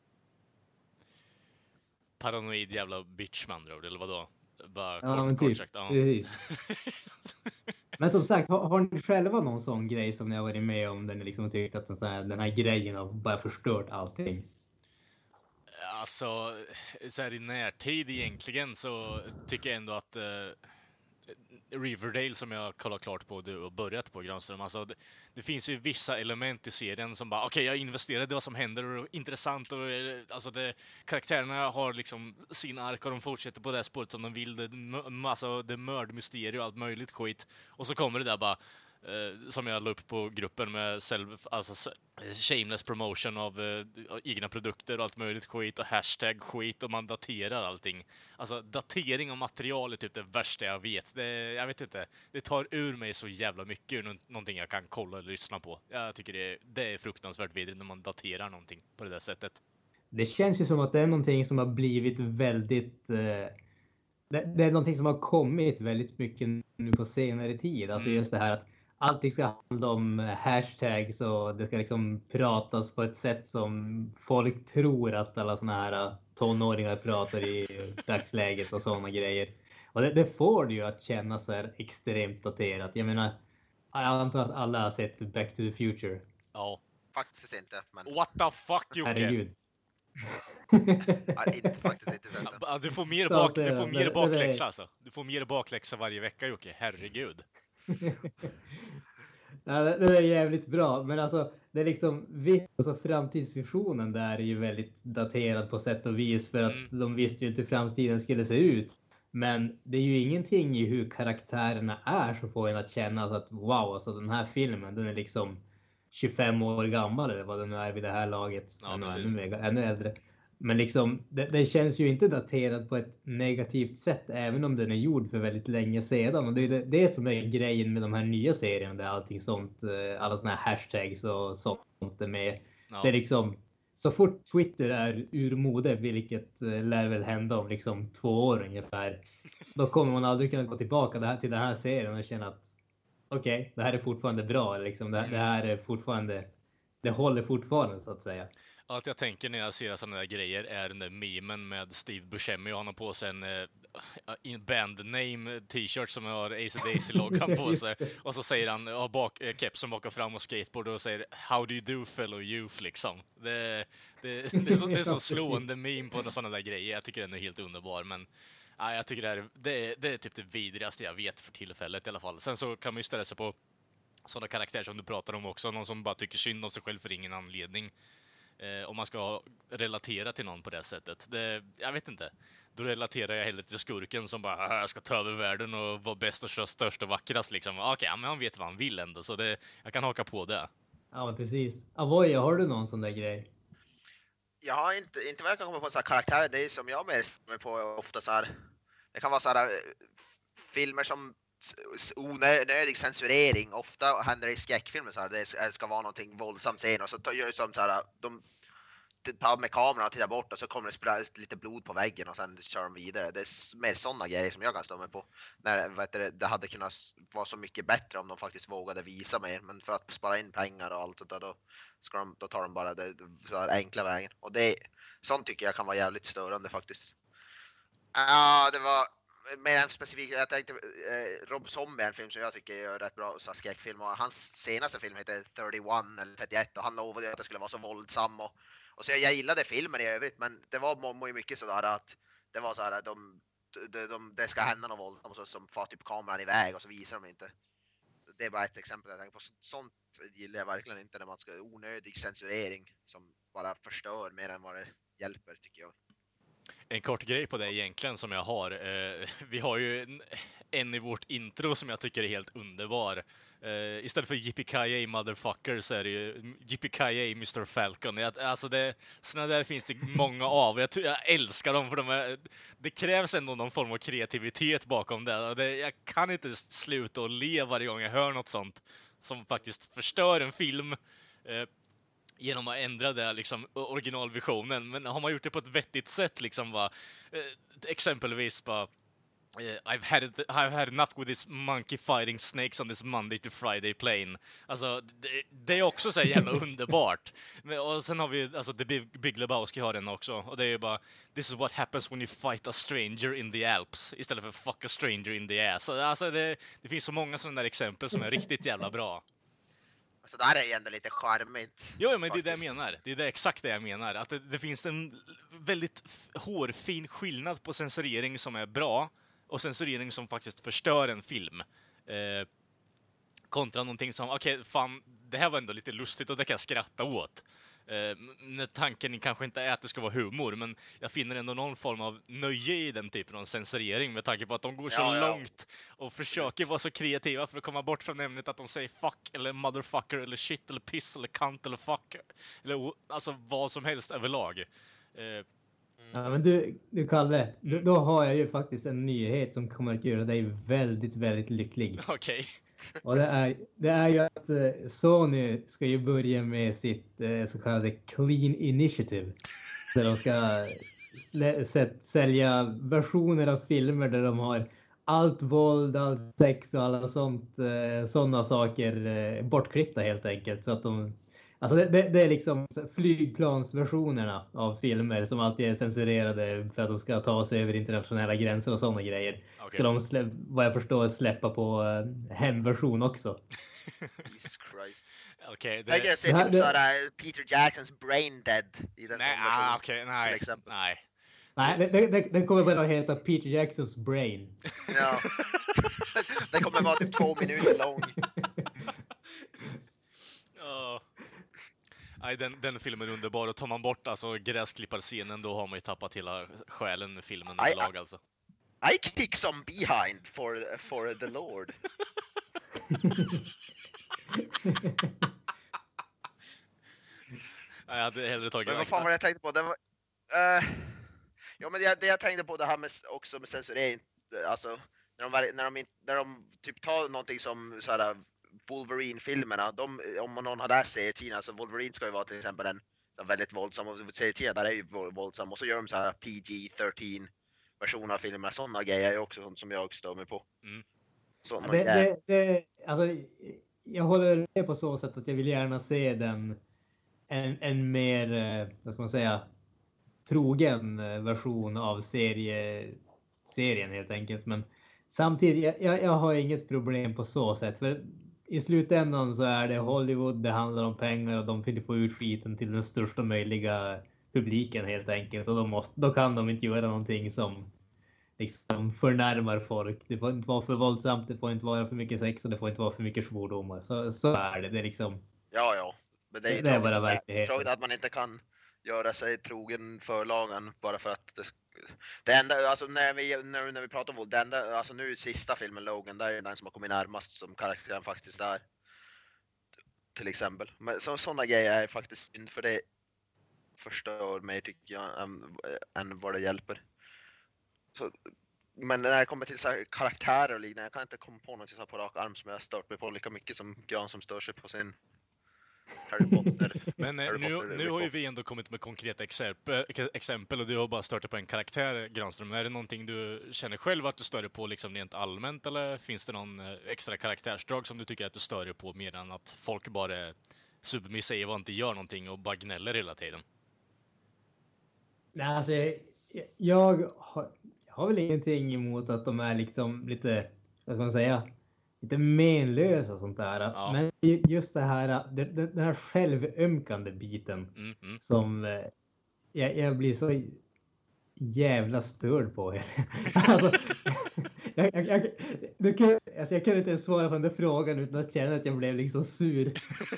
Paranoid jävla bitch med andra ord, eller vadå? Bara Ja, kort, men kort typ. sagt. Ja. Precis. Men som sagt, har, har ni själva någon sån grej som ni har varit med om där ni liksom tyckt att den, så här, den här grejen har bara förstört allting? Alltså, så här i närtid egentligen så tycker jag ändå att eh, Riverdale, som jag kollat klart på du och börjat på, Granström, alltså det, det finns ju vissa element i serien som bara, okej, okay, jag investerade i vad som händer och det är intressant och eh, alltså det, karaktärerna har liksom sin ark och de fortsätter på det här spåret som de vill, det, alltså det är mördmysterium och allt möjligt skit, och så kommer det där bara Eh, som jag la upp på gruppen med self, alltså shameless promotion av eh, egna produkter och allt möjligt skit och hashtag skit, och man daterar allting. Alltså datering av material är typ det värsta jag vet. Det, jag vet inte, det tar ur mig så jävla mycket ur nå- någonting jag kan kolla eller lyssna på. Jag tycker det är, det är fruktansvärt vidrigt när man daterar någonting på det där sättet. Det känns ju som att det är någonting som har blivit väldigt... Eh, det, det är någonting som har kommit väldigt mycket nu på senare tid. Alltså Mm. just det här att allting ska handla om hashtags och det ska liksom pratas på ett sätt som folk tror att alla såna här tonåringar pratar i dagsläget och sådana grejer. Och det, det får det ju att kännas så här extremt daterat. Jag menar, jag antar att alla har sett Back to the Future. Ja. Faktiskt inte, men What the fuck, Jocke? Herregud. ja, inte, faktiskt inte sett den. Ja, Du får mer, Så bak, säger du får jag. mer Det- det bakläxa är- alltså. Du får mer bakläxa varje vecka, Jocke. Herregud. Ja, det det är jävligt bra, men alltså det är liksom visst, alltså framtidsvisionen där är ju väldigt daterad på sätt och vis för att Mm. de visste ju inte hur framtiden skulle se ut. Men det är ju ingenting i hur karaktärerna är som får en att känna alltså att wow, alltså den här filmen, den är liksom tjugofem år gammal eller vad den nu är vid det här laget. Ja, Den är precis. ännu, mer- ännu äldre. Men liksom, det, det känns ju inte daterad på ett negativt sätt, även om den är gjord för väldigt länge sedan. Och det är det, det som är grejen med de här nya serierna, där allting sånt, eh, alla såna här hashtags och sånt är med. Ja. Det är liksom, så fort Twitter är ur mode, vilket eh, lär väl hända om liksom två år ungefär, då kommer man aldrig kunna gå tillbaka det här, till den här serien och känna att okej, okay, det här är fortfarande bra. Liksom. Det, det här är fortfarande, det håller fortfarande så att säga. Allt jag tänker när jag ser sådana där grejer är den där memen med Steve Buscemi och han har på sig en uh, band name t-shirt som har A C D C-loggan på sig. Och så säger han, har bak, uh, kepsen bakom fram och skateboard och säger How do you do fellow youth liksom. Det, det, det, är, så, det är så slående meme på sådana där grejer. Jag tycker den är helt underbar, men ja, jag tycker det är, det, är, det är typ det vidrigaste jag vet för tillfället i alla fall. Sen så kan man ju ställa sig på sådana karaktärer som du pratar om också. Någon som bara tycker synd om sig själv för ingen anledning. Eh, om man ska relatera till någon på det sättet. Det, jag vet inte. Då relaterar jag hellre till skurken som bara jag ska ta över världen och vara bäst och störst och vackrast liksom. Okej, okay, men han vet vad han vill ändå, så det, jag kan haka på det. Ja, men precis. Avoya, har du någon sån där grej? Jag har inte, inte vad jag kan komma på så här karaktärer, det är som jag mer med på ofta så här. Det kan vara så här äh, filmer som s- s- onödig censurering. Ofta händer det i skräckfilmer så här, det ska, det ska vara någonting våldsamt scen och så tar- gör det som så här, de tar med kameran och tittar bort och så kommer det spela ut lite blod på väggen och sen kör de vidare. Det är s- mer sådana grejer som jag kan stå med på. När vet du, det hade kunnat s- vara så mycket bättre om de faktiskt vågade visa mer, men för att spara in pengar och allt det där, då, ska de, då tar de bara det, det så här enkla vägen. Och det, sånt tycker jag kan vara jävligt störande faktiskt. Ja, det var mer en specifik, jag tänkte eh, Rob Zombie är en film som jag tycker är rätt bra så här skräckfilm, och hans senaste film heter trettioett eller trettioett och han lovade att det skulle vara så våldsam och, och så jag, jag gillade filmen i övrigt, men det var må, må mycket sådär att det var så här att de, de, de, det ska hända något våldsamt och så som far typ kameran iväg och så visar de inte. Det är bara ett exempel jag tänker på. Sånt gillar jag verkligen inte, när man ska onödig censurering som bara förstör mer än vad det hjälper, tycker jag. En kort grej på det egentligen som jag har. Eh, vi har ju en, en i vårt intro som jag tycker är helt underbar. Eh, istället för Yippee-Ki-Yay motherfucker så är det ju Yippee-Ki-Yay mister Falcon. Jag, alltså det, såna där finns det många av. Jag, jag älskar dem för de är, det krävs ändå någon form av kreativitet bakom det. Och det. Jag kan inte sluta att le varje gång jag hör något sånt som faktiskt förstör en film. Eh, genom att ändra det, liksom, originalvisionen. Men har man gjort det på ett vettigt sätt, liksom, va, eh, exempelvis bara eh, I've, had it, I've had enough with this monkey fighting snakes on this Monday to Friday plane. Alltså, det, det är också så här jävla underbart. Men, och sen har vi, alltså, The Big, Big Lebowski har den också. Och det är ju bara, this is what happens when you fight a stranger in the Alps. Istället för fuck a stranger in the ass. Alltså, det, det finns så många sådana där exempel som är riktigt jävla bra. Så där är ju ändå lite charmigt. Jo, men det är det jag menar. Det är det exakt det jag menar. Att det, det finns en väldigt f- hårfin skillnad på censurering som är bra och censurering som faktiskt förstör en film. Eh, kontra någonting som, okej, okay, fan, det här var ändå lite lustigt och det kan jag skratta åt. Eh, när tanken kanske inte är att det ska vara humor, men jag finner ändå någon form av nöje i den typen av censurering med tanke på att de går så Ja, ja. långt och försöker vara så kreativa för att komma bort från ämnet att de säger fuck eller motherfucker eller shit eller piss eller kant eller fuck eller alltså vad som helst överlag. Eh, Ja, men du, du Kalle, då, då har jag ju faktiskt en nyhet som kommer att göra dig väldigt, väldigt lycklig. Okej. Och det är, det är ju att eh, Sony ska ju börja med sitt eh, så kallade Clean Initiative. Där de ska slä, sett sälja versioner av filmer där de har allt våld, allt sex och alla sånt, eh, sådana saker eh, bortklippta helt enkelt. Så att de, alltså det, det, det är liksom flygplansversionerna av filmer som alltid är censurerade för att de ska ta sig över internationella gränser och sådana grejer. Okay. Ska de, slä, vad jag förstår, släppa på eh, hemversion också. Jesus Christ. Okej, Jag det... kan se typ såhär Peter Jacksons Brain Dead i den Nej, ah, okej, nej, nej. Nej, det, det, den kommer bara att heta Peter Jacksons Brain. Ja. Den kommer vara typ två minuter lång. Oh. Nej, den, den filmen är underbar. Och tar man bort alltså gräsklipparscenen, då har man ju tappat hela själen med filmen överlag alltså. I kick some behind for, for the Lord. Nej, jag hade hellre tagit... Men vad fan var det jag tänkte på? Det var... Uh... Ja, men det, det jag tänkte på det här med också med censurering, alltså när de när de när de typ tar någonting som så här Wolverine-filmerna, de om någon har läst serietidningar, så Wolverine ska ju vara till exempel en, en väldigt våldsam, och serietidningar där är ju våldsam, och så gör de så här P G tretton versioner av filmerna, sådana grejer är också sånt som jag stör mig på. Mm. Ja, det, det, det, alltså, jag håller med på så sätt att jag vill gärna se den en, en mer, vad ska man säga, trogen version av serie, serien helt enkelt. Men samtidigt, jag, jag har inget problem på så sätt. För i slutändan så är det Hollywood, det handlar om pengar och de vill få ut skiten till den största möjliga publiken helt enkelt. Och då, måste, då kan de inte göra någonting som liksom förnärmar folk. Det får inte vara för våldsamt, det får inte vara för mycket sex och det får inte vara för mycket svordomar. Så, så är det. Det är liksom... Ja, ja. Men det är ju det är bara att, det är tråkigt att man inte kan göra sig trogen förlagen bara för att det, det enda, alltså när vi, när, när vi pratar om våld, det enda, alltså nu sista filmen Logan, där är den som har kommit närmast som karaktären faktiskt är. Till exempel. Men så, sådana grejer är faktiskt synd, för det förstör mig tycker jag än, än vad det hjälper. Så, men när det kommer till så här karaktärer och liknande, jag kan inte komma på något så här på rak arm som jag stört mig på lika mycket som Gran som stör sig på sin Harry Potter. Men Harry nu, Potter, nu har ju vi ändå kommit med konkreta exempel, exempel och du har bara stört dig på en karaktär, Granström. Är det någonting du känner själv att du stör dig på liksom rent allmänt, eller finns det någon extra karaktärsdrag som du tycker att du stör dig på mer än att folk bara är submissiva och inte gör någonting och bara gnäller hela tiden? Nej, alltså jag, jag, har, jag har väl ingenting emot att de är liksom lite, vad ska man säga, lite menlösa och sånt där. Ja. Men just det här, den här självömkande biten mm, mm. som jag, jag blir så jävla störd på. Alltså, jag, jag, jag, du kan, alltså jag kan inte ens svara på den där frågan utan att känna att jag blev liksom sur.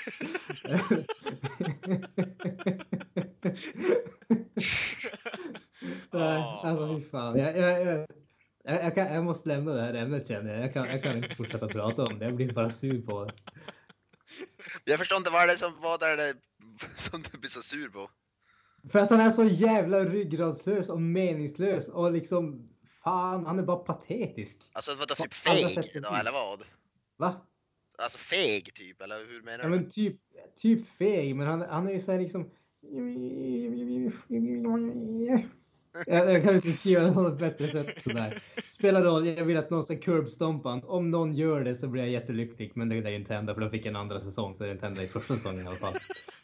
oh. Alltså fy fan. Jag, jag, jag, Jag, jag, kan, jag måste lämna det här ämnet, känner jag. Jag kan, jag kan inte fortsätta prata om det. Jag blir bara sur på det. Jag förstår inte vad det är som, vad är det som du blir så sur på. För att han är så jävla ryggradslös och meningslös. Och liksom, fan, han är bara patetisk. Alltså vadå, typ feg då, eller vad? Va? Alltså feg typ, eller hur menar du? Ja men typ, typ feg, men han, han är ju så här liksom... Jag, jag kan inte skriva det på något bättre sätt sådär. Spelar roll, jag vill att någon ska curbstompa. Om någon gör det så blir jag jättelycklig. Men det är inte hända, för då fick jag en andra säsong. Så det är inte hända i första säsongen i alla fall.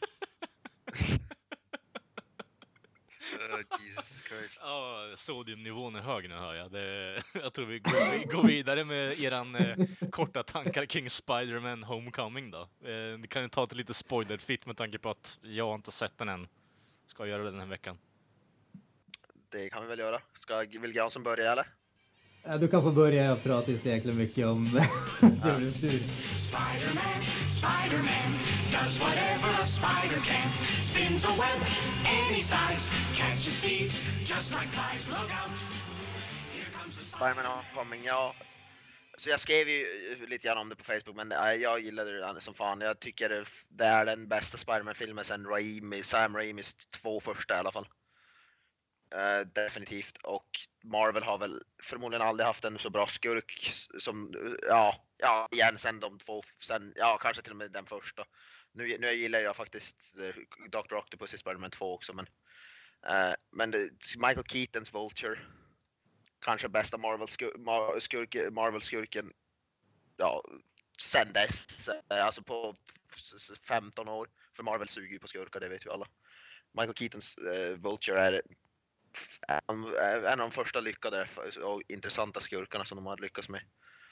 Oh, Jesus Christ. Ja, sodiumnivån är hög nu, hör jag. Det, jag tror vi går, vi går vidare med eran eh, korta tankar kring Spider-Man Homecoming då. Eh, ni kan ju ta det lite spoiler-fit med tanke på att jag inte sett den än. Ska göra det den här veckan. Det kan vi väl göra. Ska vill Jansson börja eller? Ja, du kan få börja. Jag pratar så jäkla mycket om det blir sur. Spider-Man, Spider-Man does whatever a spider can. Spins a web any size, catches thieves just like flies. Look out. Here comes the Spider-Man Homecoming. Ja. Så jag skrev ju lite grann om det på Facebook, men äh, jag gillade det som fan. Jag tycker det, det är den bästa Spider-Man-filmen sen Raimi, Sam Raimis två första i alla fall. Uh, definitivt, och Marvel har väl förmodligen aldrig haft en så bra skurk som, ja, ja igen sen de två, sen, ja kanske till och med den första. Nu, nu gillar jag faktiskt uh, doktor Octopus i Spider-Man två också, men Uh, men det, Michael Keatons Vulture, kanske bästa Marvel-skurken, Mar- skurk, Marvel-skurken, ja, sen dess, alltså på femton år. För Marvel suger ju på skurkar, det vet vi alla. Michael Keatons uh, Vulture är en, en av de första lyckade och intressanta skurkarna som de har lyckats med.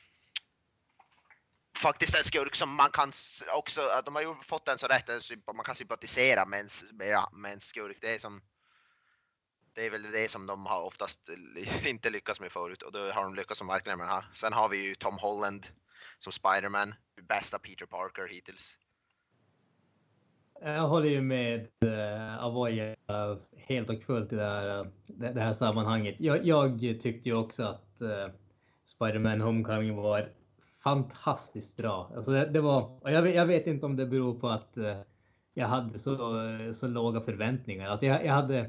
Faktiskt en skurk som man kan också, de har ju fått en så rätt, man kan sympatisera med en, med en skurk. Det är som det är väl det som de har oftast inte lyckats med förut, och då har de lyckats som verkligen med den här. Sen har vi ju Tom Holland som Spider-Man, bästa Peter Parker hittills. Jag håller ju med uh, Avoya uh, helt och fullt i det här, uh, det, det här sammanhanget. Jag, jag tyckte ju också att uh, Spider-Man Homecoming var fantastiskt bra. Alltså det, det var, och jag, jag vet inte om det beror på att uh, jag hade så, uh, så låga förväntningar. Alltså jag, jag hade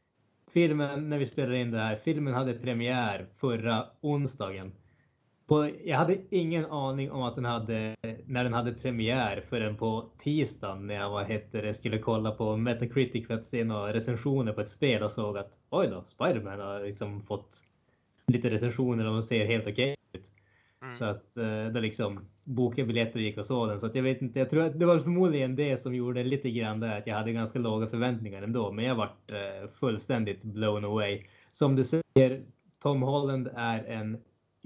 filmen, när vi spelade in det här, filmen hade premiär förra onsdagen. På, jag hade ingen aning om att den hade, när den hade premiär förrän på tisdagen när jag vad heter det, skulle kolla på Metacritic för att se några recensioner på ett spel och såg att oj då, Spider-Man har liksom fått lite recensioner och de ser helt okej ut. Mm. Så att eh, då liksom bokade biljetter och gick och såg den. Så att jag vet inte, jag tror att det var förmodligen det som gjorde lite grann där att jag hade ganska låga förväntningar ändå. Men jag vart eh, fullständigt blown away. Som du säger, Tom Holland är en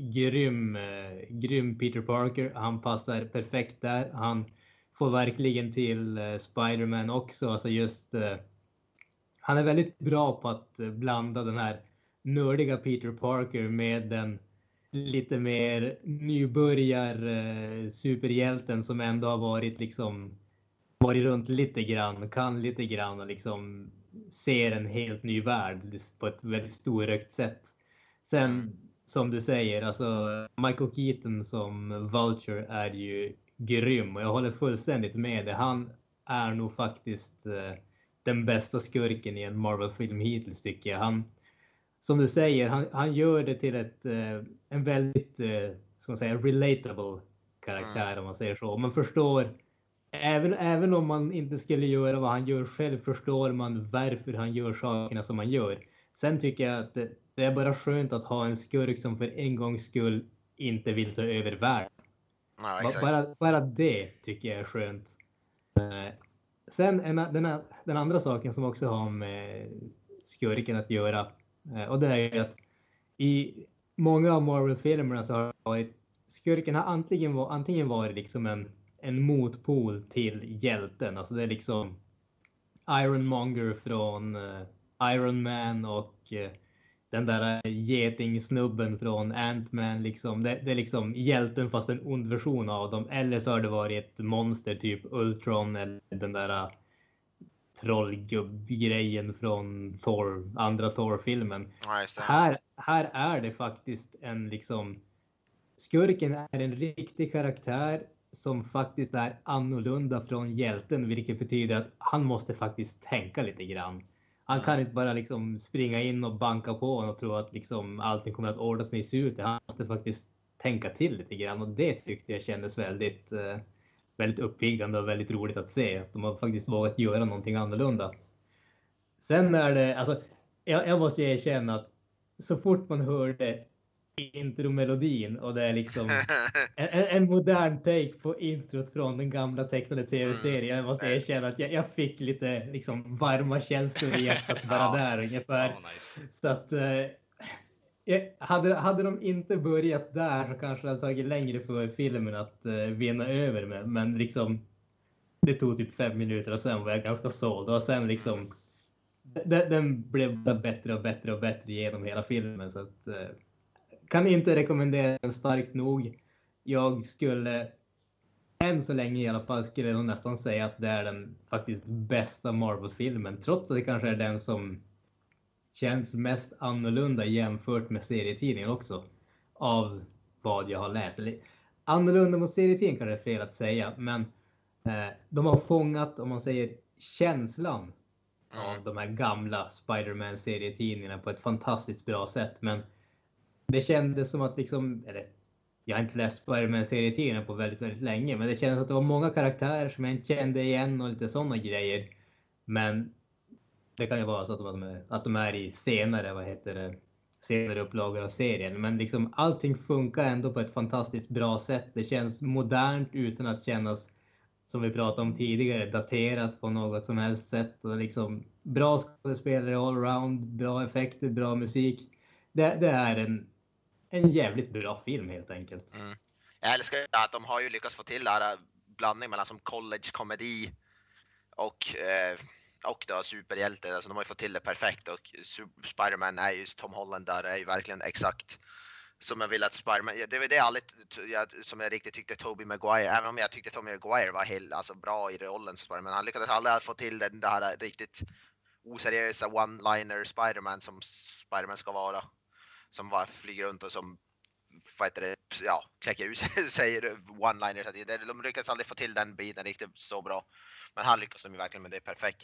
grym, eh, grym Peter Parker. Han passar perfekt där. Han får verkligen till eh, Spider-Man också. Alltså just, eh, han är väldigt bra på att eh, blanda den här nördiga Peter Parker med den lite mer nybörjar eh, superhjälten som ändå har varit liksom varit runt lite grann, kan lite grann och liksom ser en helt ny värld på ett väldigt storögt sätt. Sen som du säger, alltså Michael Keaton som Vulture är ju grym och jag håller fullständigt med det. Han är nog faktiskt eh, den bästa skurken i en Marvel-film hittills tycker jag. Han, som du säger, han, han gör det till ett, eh, en väldigt, eh, ska man säga, relatable karaktär mm. om man säger så. Man förstår, även, även om man inte skulle göra vad han gör själv, förstår man varför han gör sakerna som han gör. Sen tycker jag att det, det är bara skönt att ha en skurk som för en gångs skull inte vill ta över världen. Ja, bara, bara det tycker jag är skönt. Eh, sen en, den, den andra saken som också har med skurken att göra, eh, och det är ju att i många av Marvel-filmerna så har det varit, skurken har antingen, antingen varit liksom en, en motpol till hjälten. Alltså det är liksom Iron Monger från eh, Iron Man och eh, den där getingsnubben från Ant-Man. Liksom. Det, det är liksom hjälten fast en ond version av dem. Eller så har det varit ett monster typ Ultron eller den där trollgubb-grejen från Thor, andra Thor-filmen. Nice. Här, här är det faktiskt en liksom, skurken är en riktig karaktär som faktiskt är annorlunda från hjälten, vilket betyder att han måste faktiskt tänka lite grann. Han kan inte bara liksom springa in och banka på och tro att liksom allting kommer att ordna sig i slutet. Han måste faktiskt tänka till lite grann och det tyckte jag kändes väldigt, eh, väldigt uppiggande och väldigt roligt att se. Att de har faktiskt vågat göra någonting annorlunda. Sen är det, alltså, jag, jag måste ju erkänna att så fort man hörde intromelodin och det är liksom en, en modern take på introt från den gamla tecknade tv-serien. Jag måste erkänna att jag, jag fick lite liksom varma känslor i hjärtat bara ja, där ungefär. Oh, nice. Så att eh, hade, hade de inte börjat där så kanske det hade tagit längre för filmen att eh, vinna över med. Men liksom det tog typ fem minuter och sen var jag ganska såld. Och sen liksom den, den blev bara bättre och bättre och bättre genom hela filmen. Så att eh, kan inte rekommendera den starkt nog. Jag skulle, än så länge i alla fall, skulle jag nästan säga att det är den faktiskt bästa Marvel-filmen. Trots att det kanske är den som känns mest annorlunda jämfört med serietidningen också. Av vad jag har läst. Eller, annorlunda mot serietidningen kan det är fel att säga. Men eh, de har fångat, om man säger, känslan mm. av de här gamla Spider-Man-serietidningarna på ett fantastiskt bra sätt. Men det kändes som att liksom, eller, jag har inte läst Spider-Man-serietidningarna på väldigt, väldigt länge. Men det kändes att det var många karaktärer som jag inte kände igen och lite sådana grejer. Men Det kan ju vara så att de är, att de är i senare, vad heter det, senare upplagor av serien. Men liksom allting funkar ändå på ett fantastiskt bra sätt. Det känns modernt utan att kännas, som vi pratade om tidigare, daterat på något som helst sätt. Och liksom bra skådespelare allround, bra effekter, bra musik. Det, det är en, en jävligt bra film helt enkelt. Mm. Jag älskar ju att de har ju lyckats få till det här blandning mellan som college-komedi och, eh, och då superhjälte. Alltså de har ju fått till det perfekt och Spider-Man är ju, Tom Holland där är ju verkligen exakt som jag vill att Spider-Man, det var det aldrig jag, som jag riktigt tyckte Tobey Maguire, även om jag tyckte Tobey Maguire var helt, alltså bra i rollen som Spider-Man, han lyckades aldrig få till den, det här riktigt oseriösa one-liner Spider-Man som Spider-Man ska vara, som bara flyger runt och som vad heter det, ja, kläcker ut säger one-liners. De lyckades aldrig få till den biten riktigt så bra, men han lyckas de ju verkligen med det perfekt.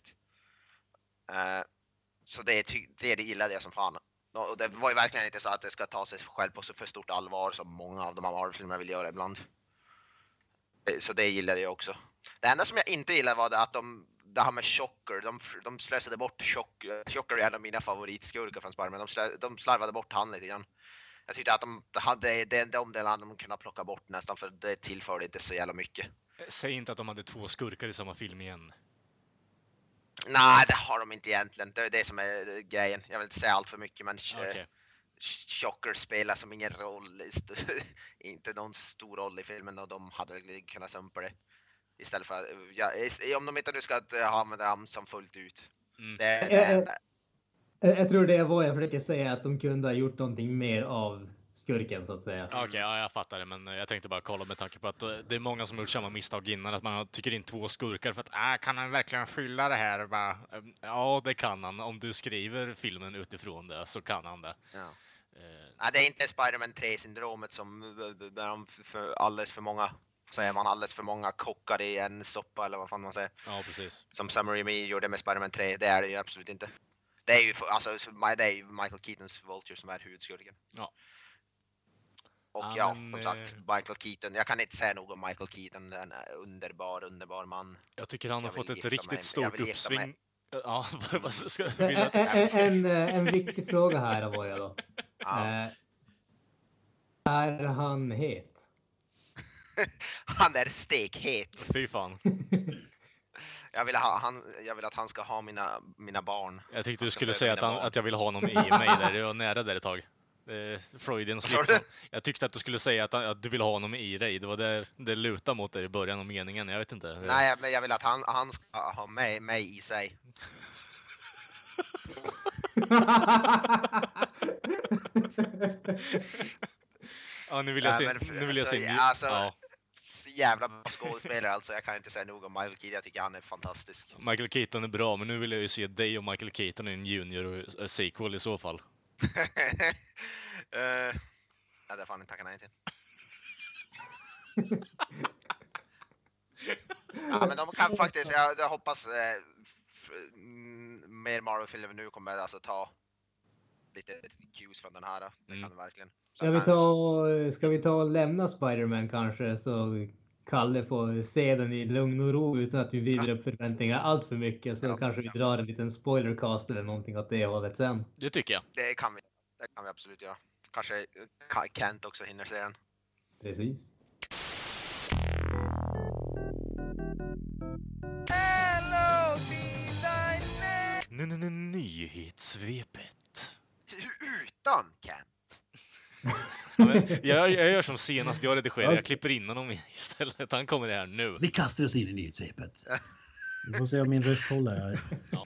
Uh, så det är det, det gillade jag som fan. Och det var ju verkligen inte så att det ska ta sig själv på så för stort allvar som många av de här Marvel-filmerna vill göra ibland. Så det gillade jag också. Det enda som jag inte gillade var det att de, det här med Shocker, de, de slösade bort Shocker. Shocker är en av mina favoritskurkar från Spider-Man, de, slö, de slarvade bort han lite grann. Jag tyckte att de hade det, de delarna de kunde plocka bort nästan, för det tillförde inte så jävla mycket. Säg inte att de hade två skurkar i samma film igen. Nej, det har de inte egentligen. Det är det som är grejen. Jag vill inte säga allt för mycket, men Okay. Shocker spelar som ingen roll, inte någon stor roll i filmen, och de hade kunnat sumpa det istället för, ja, om de inte nu ska ha med dem som fullt ut. Mm. Det, Jag, det, jag, jag tror det var jag försöker säga, att de kunde ha gjort någonting mer av skurken så att säga. Okej, okay, ja, jag fattar det, men jag tänkte bara kolla med tanke på att det är många som har gjort samma misstag innan, att man tycker in två skurkar för att äh, kan han verkligen fylla det här? Bara, ja, det kan han. Om du skriver filmen utifrån det så kan han det. ja. Nej, det är inte Spider-Man tre-syndromet som där de för alldeles för många, säger man, alldeles för många kockar i en soppa eller vad fan man säger. Ja, precis. Som Sam Raimi gjorde med Spider-Man tre, det är det ju absolut inte. Det är ju, alltså, det är ju Michael Keatons Vulture som är huvudskurken. Ja. Och ja, ja, men, som sagt, Michael Keaton. Jag kan inte säga något om Michael Keaton, en underbar, underbar man. Jag tycker han har Jag vill fått ett gifta riktigt mig. Jag stort vill gifta mig. uppsving. Ja, vad ska jag En, vilja? en, en, en viktig fråga här var jag då. Ja. Eh, är han het? Han är stekhet. Fy fan. Jag vill, ha, han, jag vill att han ska ha mina, mina barn. Jag tyckte du Han ska skulle föda säga att, mina han, barn. att jag vill ha honom i mig där. Det var nära där ett tag. Eh, Freudian slip. Sorry? Jag tyckte att du skulle säga att, att du vill ha honom i dig. Det var där det lutade mot dig i början av meningen. Jag vet inte. Nej, men jag vill att han, han ska ha mig, mig i sig. Ja, nu vill jag Ja, se. men, Nu vill jag se. alltså, alltså, Ja. Så jävla bra skådespelare, alltså. Jag kan inte säga nog om Michael Keaton. Jag tycker han är fantastisk. Michael Keaton är bra, men nu vill jag ju se dig och Michael Keaton i en junior och en sequel i så fall. uh, ja, det får han inte tacka nej till. Ja, men de kan faktiskt, jag, jag hoppas eh, f- mm, mer Marvel-filmer nu kommer alltså ta lite cues från den här. Det kan Mm. det verkligen. Så Ska vi kan- ta, ska vi ta och lämna Spider-Man kanske, så Kalle får se den i lugn och ro utan att vi vrider upp förväntningar allt för mycket, så Ja, kanske vi ja. drar en liten spoilercast eller någonting åt det hållet sen. Det tycker jag. Det kan vi, det kan vi absolut göra. Kanske Ka- Kent också hinner se den. Precis. Nu, nu, nu, nyhetssvepet. Utan Kent. Ja, men jag, jag gör som senast jag redigerade. Jag klipper in honom istället. Han kommer här nu. Vi kastar oss in i nyhetssvepet. Vi får se om min röst håller här.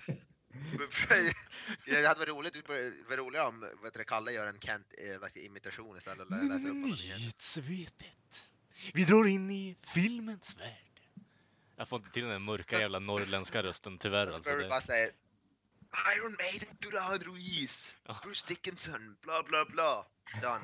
Det hade varit roligt, det var roligt om vet du, Kalle gör en Kent-imitation istället. Eller Nu, nu, läser nu, upp honom igen. nyhetssvepet. Vi drar in i filmens värld. Jag får inte till den där mörka jävla norrländska rösten tyvärr. Så Alltså, börjar du det... bara säga Iron Maiden, Durán Ruiz, Ja. Bruce Dickinson, bla bla bla. Done.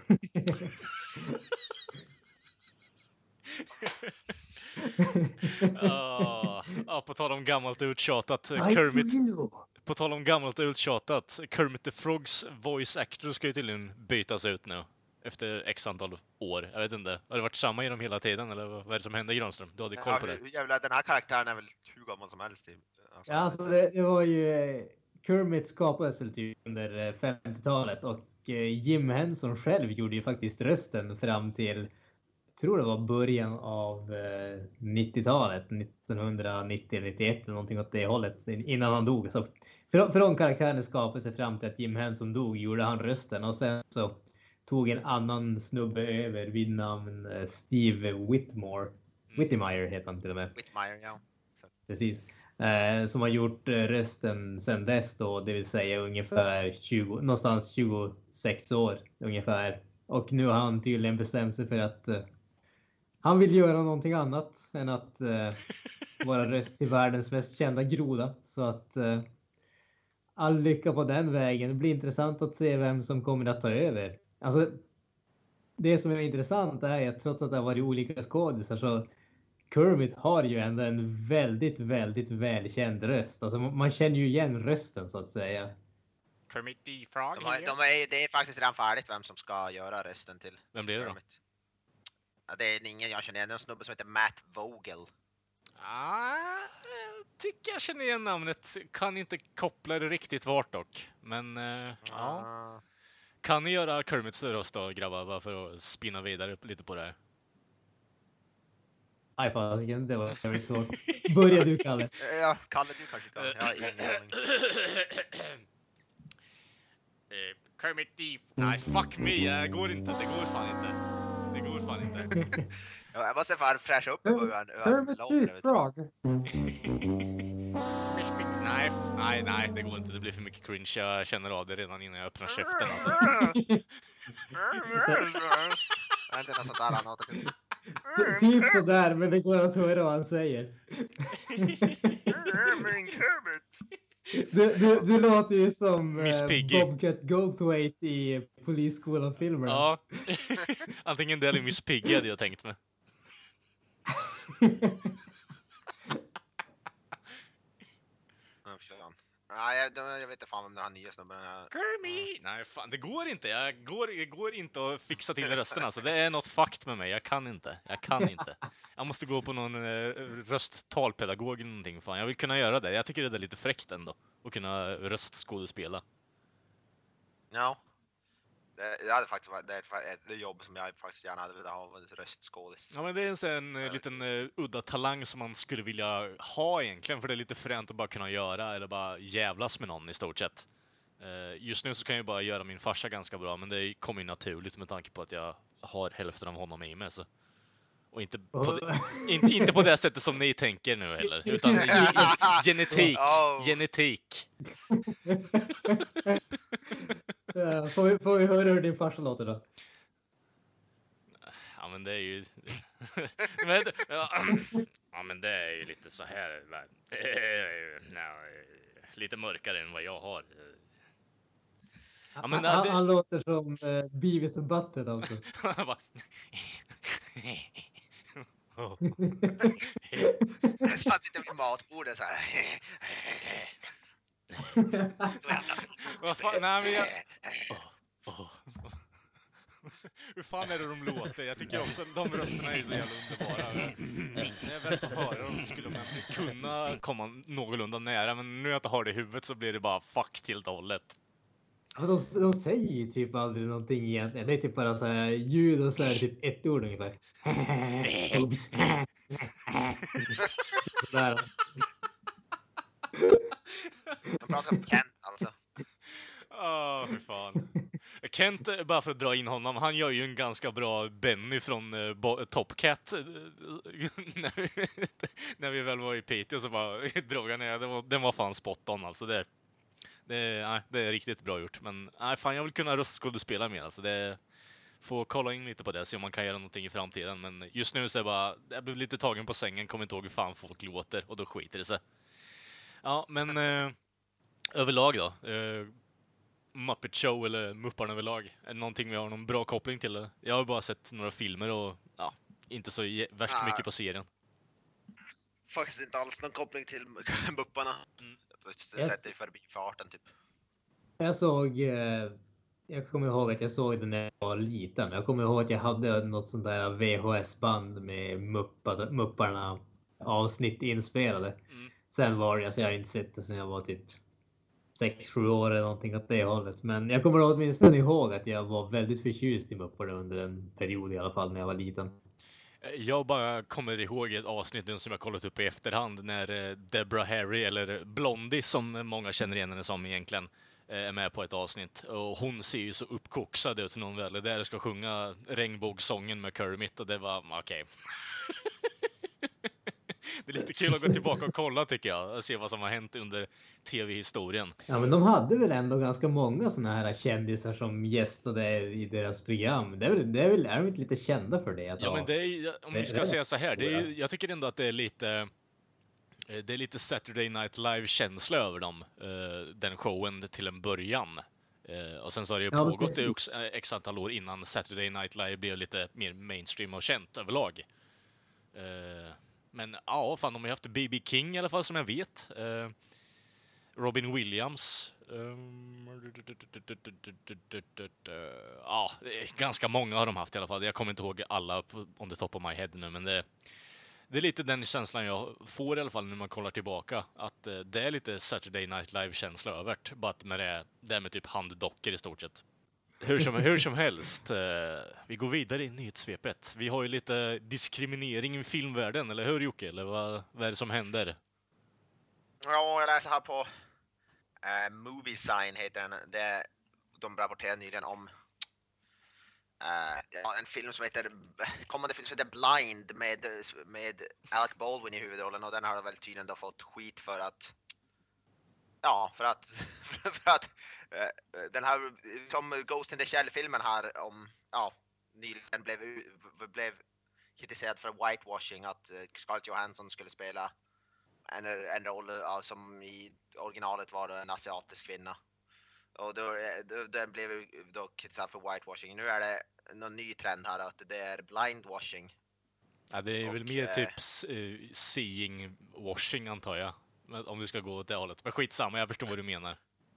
Ah, ah, på tal om gammalt uttjatat, eh, Kermit, på tal om gammalt uttjatat, Kermit the Frogs voice actor ska ju tydligen bytas ut nu. Efter x antal år. Jag vet inte. Har det varit samma genom hela tiden? Eller vad är det som händer, Granström? Du hade koll på Ja, det. hur jävla, den här karaktären är väl hur gammal som helst. Typ. Alltså, Ja, alltså det, det var ju... Kermit skapades väl typ under femtiotalet och Jim Henson själv gjorde ju faktiskt rösten fram till, tror det var början av nittiotalet, nittonhundranittio nittioett eller någonting åt det hållet innan han dog. Så för, för de karaktärerna skapade sig fram till att Jim Henson dog gjorde han rösten och sen så tog en annan snubbe över vid namn Steve Whitmore. Whitmire heter han till och med. Whitmire, ja. Så. Precis. Eh, som har gjort rösten sedan dess då, det vill säga ungefär tjugo, någonstans tjugosex år ungefär. Och nu har han tydligen bestämt sig för att eh, han vill göra någonting annat än att eh, vara röst till världens mest kända groda. Så att eh, all lycka på den vägen. Det blir intressant att se vem som kommer att ta över. Alltså, det som är intressant är att trots att det har varit olika skådisar så Kermit har ju ändå en väldigt, väldigt välkänd röst. Alltså man känner ju igen rösten så att säga. Kermit the Frog De har, de är, det är faktiskt redan färdigt vem som ska göra rösten till Vem blir det då? Kermit. Ja, det är ingen jag känner igen. Det är en snubbe som heter Matt Vogel. Ah, jag tycker jag känner igen namnet. Kan inte koppla det riktigt vart dock. Men uh, ja. Ah. Kan ni göra Kermits röst då, grabbar, bara för att spinna vidare lite på det här? Nej, fasiken, det var väldigt svårt. Börja du, Kalle. Ja, Kalle, du kanske kan. Jag har ingen aning. Eh, Kermit the... Nej, fuck me, det går inte. Det går fan inte. Det går fan inte. Jag måste fan fräscha upp hur han Kermit the Frog. Nej, nej, nej, det går inte. Det blir för mycket cringe. Jag känner av det redan innan jag öppnar käften alltså. Inte något sånt där han har. Ty- Typ sådär, men det går att höra vad han säger. Du, du, du låter ju som Miss eh, Piggy. Bobcat Goldthwait i Polisskolan-filmerna. Ja, antingen det eller Miss Piggy hade jag tänkt mig. Nej, jag, jag vet inte fan om den här nya snubben är. Kermit! Nej, fan, det går inte. Jag går, jag går inte att fixa till rösten alltså. Det är något fakt med mig. Jag kan inte. Jag kan inte. Jag måste gå på någon eh, rösttalpedagog eller någonting. Fan. Jag vill kunna göra det. Jag tycker det är lite fräckt ändå. Att kunna röstskådespela. Ja. Det, det hade faktiskt varit det är ett, ett jobb som jag faktiskt gärna hade velat ha, en röstskådis. Ja, men det är en sån uh, liten uh, udda talang som man skulle vilja ha egentligen, för det är lite fränt att bara kunna göra eller bara jävlas med någon i stort sett. Uh, just nu så kan jag bara göra min farsa ganska bra, men det kommer ju naturligt med tanke på att jag har hälften av honom i mig. Så. Och inte på, det, inte, inte på det sättet som ni tänker nu heller, utan ge, genetik. Oh. Genetik. Ja, får, vi, får vi höra hur din farsa låter då? Ja, men det är ju... men, ja, men det är ju lite så här... Lite mörkare än vad jag har. Ja, men, han, det... han låter som uh, Beavis och Butthead alltså. Bara... Det satt inte vid matbordet så här. Vad fan, nej men jag... Oh, oh. Hur fan är det de låter? Jag tycker också att de rösterna är ju så jävla underbara. När jag väl får höra dem så skulle man kunna komma någorlunda nära, men nu jag inte har det i huvudet så blir det bara fuck till helt och hållet. De, de säger ju typ aldrig någonting egentligen. Det är typ bara så här ljud och så är det typ ett ord ungefär. Oops. Där. Jag pratar om Kent alltså. Åh, oh, hur fan. Kent, bara för att dra in honom, han gör ju en ganska bra Benny från uh, Top Cat. när, vi, när vi väl var i Piteå så bara drog han ner. Den var, den var fan spot on alltså. Det, det, nej, det är riktigt bra gjort. Men nej, fan, jag vill kunna röstskådespela mer. Alltså, det, får kolla in lite på det, se om man kan göra någonting i framtiden. Men just nu så är jag bara, jag blev lite tagen på sängen, kommer inte ihåg hur fan folk låter. Och då skiter det sig. Ja, men eh, överlag då. Eh, Muppet Show eller Mupparna överlag. Är det någonting vi har någon bra koppling till det? Jag har bara sett några filmer och ja, inte så värst Ah. mycket på serien. Faktiskt inte alls någon koppling till Mupparna. Mm. Jag Yes. sätter i förbifarten typ. Jag såg, eh, jag kommer ihåg att jag såg den när jag var liten. Jag kommer ihåg att jag hade något sånt där V H S-band med Muppa, Mupparna avsnitt inspelade. Mm. Sen var det, alltså jag har inte sett det sen jag var typ sex sju år eller någonting åt det hållet. Men jag kommer åtminstone ihåg att jag var väldigt förtjust i Muppet under en period i alla fall när jag var liten. Jag bara kommer ihåg ett avsnitt nu som jag kollat upp i efterhand när Deborah Harry, eller Blondie som många känner igen henne som egentligen, är med på ett avsnitt. Och hon ser ju så uppkoksad ut när hon väl är där och ska sjunga regnbågssången med Kermit, och det var okej. Okay. Det är lite kul att gå tillbaka och kolla tycker jag, och se vad som har hänt under tv-historien. Ja, men de hade väl ändå ganska många såna här kändisar som gästade i deras program. Det är väl, det är väl är de inte lite kända för det? Att ja, men det är, om vi ska säga så här, det är, jag tycker ändå att det är lite det är lite Saturday Night Live-känsla över dem, den showen till en början. Och sen så har det ju ja, pågått i x antal år innan Saturday Night Live blev lite mer mainstream och känt överlag. Men ja, fan, de har ju haft B B King i alla fall som jag vet. Robin Williams. Ja, ganska många har de haft i alla fall. Jag kommer inte ihåg alla on the top of my head nu, men det, det är lite den känslan jag får i alla fall när man kollar tillbaka. Att det är lite Saturday Night Live-känsla övert. Bara med det, det med typ handdockor i stort sett. Hur som, hur som helst, vi går vidare i nyhetssvepet. Vi har ju lite diskriminering i filmvärlden, eller hur Jocke? Eller vad, vad är det som händer? Ja, jag läser här på uh, Movie Sign heter den. Det, de rapporterar nyligen om uh, ja, en film som heter, kommande film som heter Blind med, med Alec Baldwin i huvudrollen, och den har väl tydligen då fått skit för att ja, för att för att uh, den här som Ghost in the Shell-filmen här om ja, nyligen blev blev kritiserad för whitewashing, att uh, Scarlett Johansson skulle spela En, en roll ja, som i originalet var en asiatisk kvinna. Och då, då, den blev då kritiserad för whitewashing. Nu är det någon ny trend här att det är blindwashing. Ja, det är och, väl mer eh, typ uh, seeing washing antar jag. Om du ska gå åt det hållet. Men skitsamma, jag förstår vad du menar.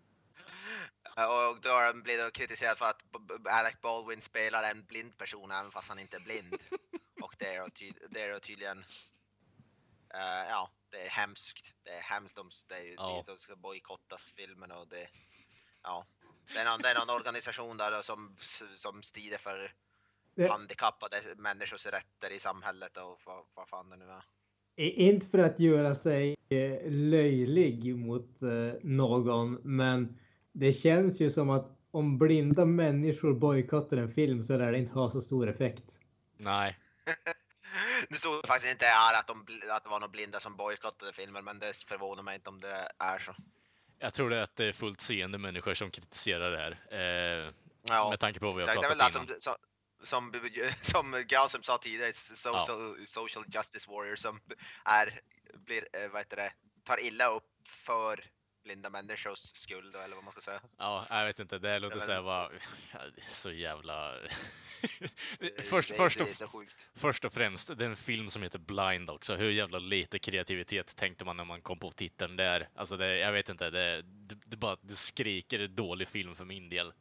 Och då blir det kritiserat för att Alec Baldwin spelar en blind person även fast han inte är blind. Och det är, ty- det är tydligen uh, ja, det är hemskt. Det är hemskt. De, det, ja. de ska bojkottas filmen och det, ja. Det är någon, det är någon organisation där då, som, som strider för det... handikappade människors rätter i samhället och vad, vad fan det nu är. Inte för att göra sig löjlig mot någon, men det känns ju som att om blinda människor bojkottar en film så lär det inte ha så stor effekt. Nej. Nu stod det faktiskt inte här att, de, att det var några blinda som bojkottade filmen, men det förvånar mig inte om det är så. Jag tror det är att det är fullt seende människor som kritiserar det här. Eh, ja, med tanke på vad vi har exakt, pratat det är innan. Som, som, som, som Gaussum sa tidigare, social, ja. social justice warrior som är, blir, vad heter det, tar illa upp för blinda människors skuld, eller vad man ska säga. Ja, jag vet inte, det låter säga vad så jävla det, först, det, först, det och, är så sjukt. först och främst, det är en film som heter Blind också. Hur jävla lite kreativitet tänkte man när man kom på titeln där. Alltså det, jag vet inte, det, det, det bara det skriker en dålig film för min del.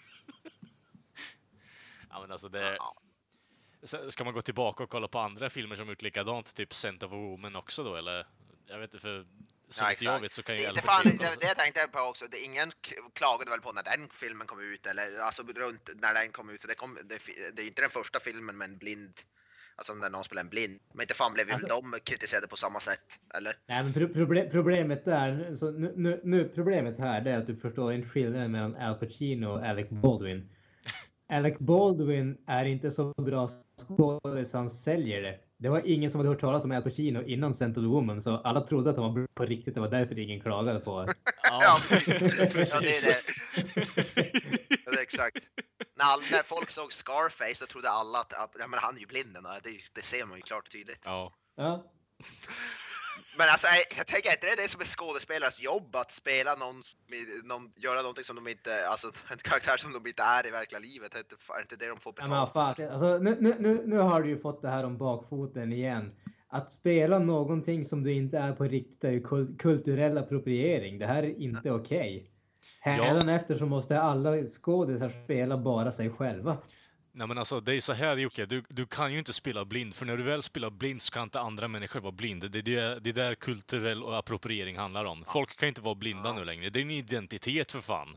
Ja, men alltså det... Ja. Ska man gå tillbaka och kolla på andra filmer som gjort likadant, typ Scent of a Woman också då, eller? Jag vet inte, för så ja, vitt jag vet så kan ju det, Al det, Pacino... fan, det, det tänkte jag på också, det, ingen klagade väl på när den filmen kom ut, eller alltså runt när den kom ut, för det, kom, det, det är inte den första filmen med en blind, alltså när någon spelar en blind, men inte fan blev väl alltså, de kritiserade på samma sätt, eller? Nej, men pro- problem, problemet där, så nu, nu, nu problemet här, det är att du förstår inte skillnaden mellan Al Pacino och Alec Baldwin. Alec Baldwin är inte så bra skådespelare så han säljer det. Det var ingen som hade hört talas om Al Pacino innan Scent of a Woman, så alla trodde att han var på riktigt. Det var därför ingen klagade på det. Ja, precis. Ja, det är det. Ja, det är exakt. När, all, när folk såg Scarface så trodde alla att, att ja, men han är ju blind. Det, det ser man ju klart och tydligt. Ja. Ja. Men alltså, jag, jag tänker inte det är det som är skådespelares jobb, att spela någon, någon, göra någonting som de inte, alltså en karaktär som de inte är i verkliga livet. Det är inte det de får betalt. Ja, men fan, alltså, nu, nu, nu har du ju fått det här om bakfoten igen. Att spela någonting som du inte är på riktigt är ju kulturell appropriering. Det här är inte okej. Okay. Hädanefter så måste alla skådespelare spela bara sig själva. Nej men alltså, det är så här Jocke, du, du kan ju inte spela blind, för när du väl spelar blind så kan inte andra människor vara blinda. Det är det, det är där kulturell och appropriering handlar om. Folk kan inte vara blinda Ja. nu längre, det är en identitet för fan.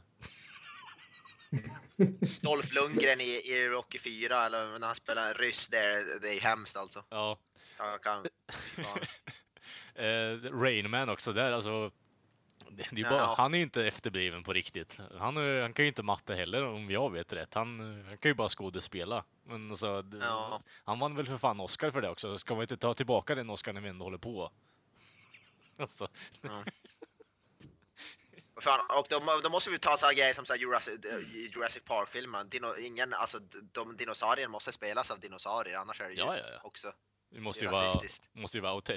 Dolph Lundgren i, i Rocky fyra, eller när han spelar en ryss, det är, det är hemskt alltså. Ja. Jag kan, ja. eh, Rain Man också där, alltså. Det, det är Ja. bara, han är ju inte efterbliven på riktigt. Han, är- han kan ju inte matte heller om jag vet rätt. Han, han kan ju bara skådespela. Men alltså, det- Ja. han vann väl för fan Oscar för det också. Ska man inte ta tillbaka den Oscar när vi ändå håller på? Alltså. Ja. Vad fan, och då, då måste vi ta så här grejer som så här Jurassic, eh, Jurassic Park-filmen. Dino, ingen, alltså, de dinosaurier måste spelas av dinosaurier, annars är det ju Ja, ja, ja. också Det måste ju Det är vara, rasistiskt. måste ju vara hotell.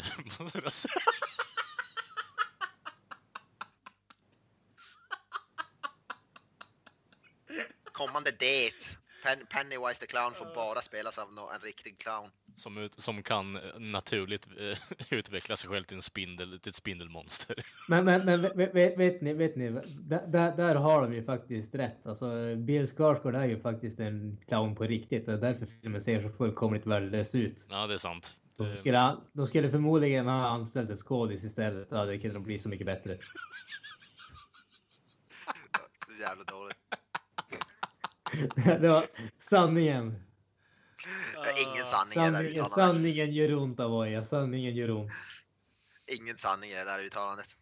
kommande date. Pen, Pennywise the Clown får bara spelas av no, en riktig clown. som, ut, som kan eh, naturligt eh, utveckla sig själv till en spindel, till ett spindelmonster. Men, men, men vet, vet, vet ni, vet ni där, där- där har de ju faktiskt rätt. Alltså, Bill Skarsgård är ju faktiskt en clown på riktigt och därför filmen ser så fullkomligt värdelös ut. Ja, det är sant. De Eh, skulle, ha- de skulle förmodligen ha anställt ett skådis istället. Ja, det kunde bli så mycket bättre. Så jävla dåligt. Det var sanningen. Ingen sanning i det där Sanningen, uttalandet. sanningen gör ont, Avoya. Sanningen gör ont. Ingen sanning i det där uttalandet.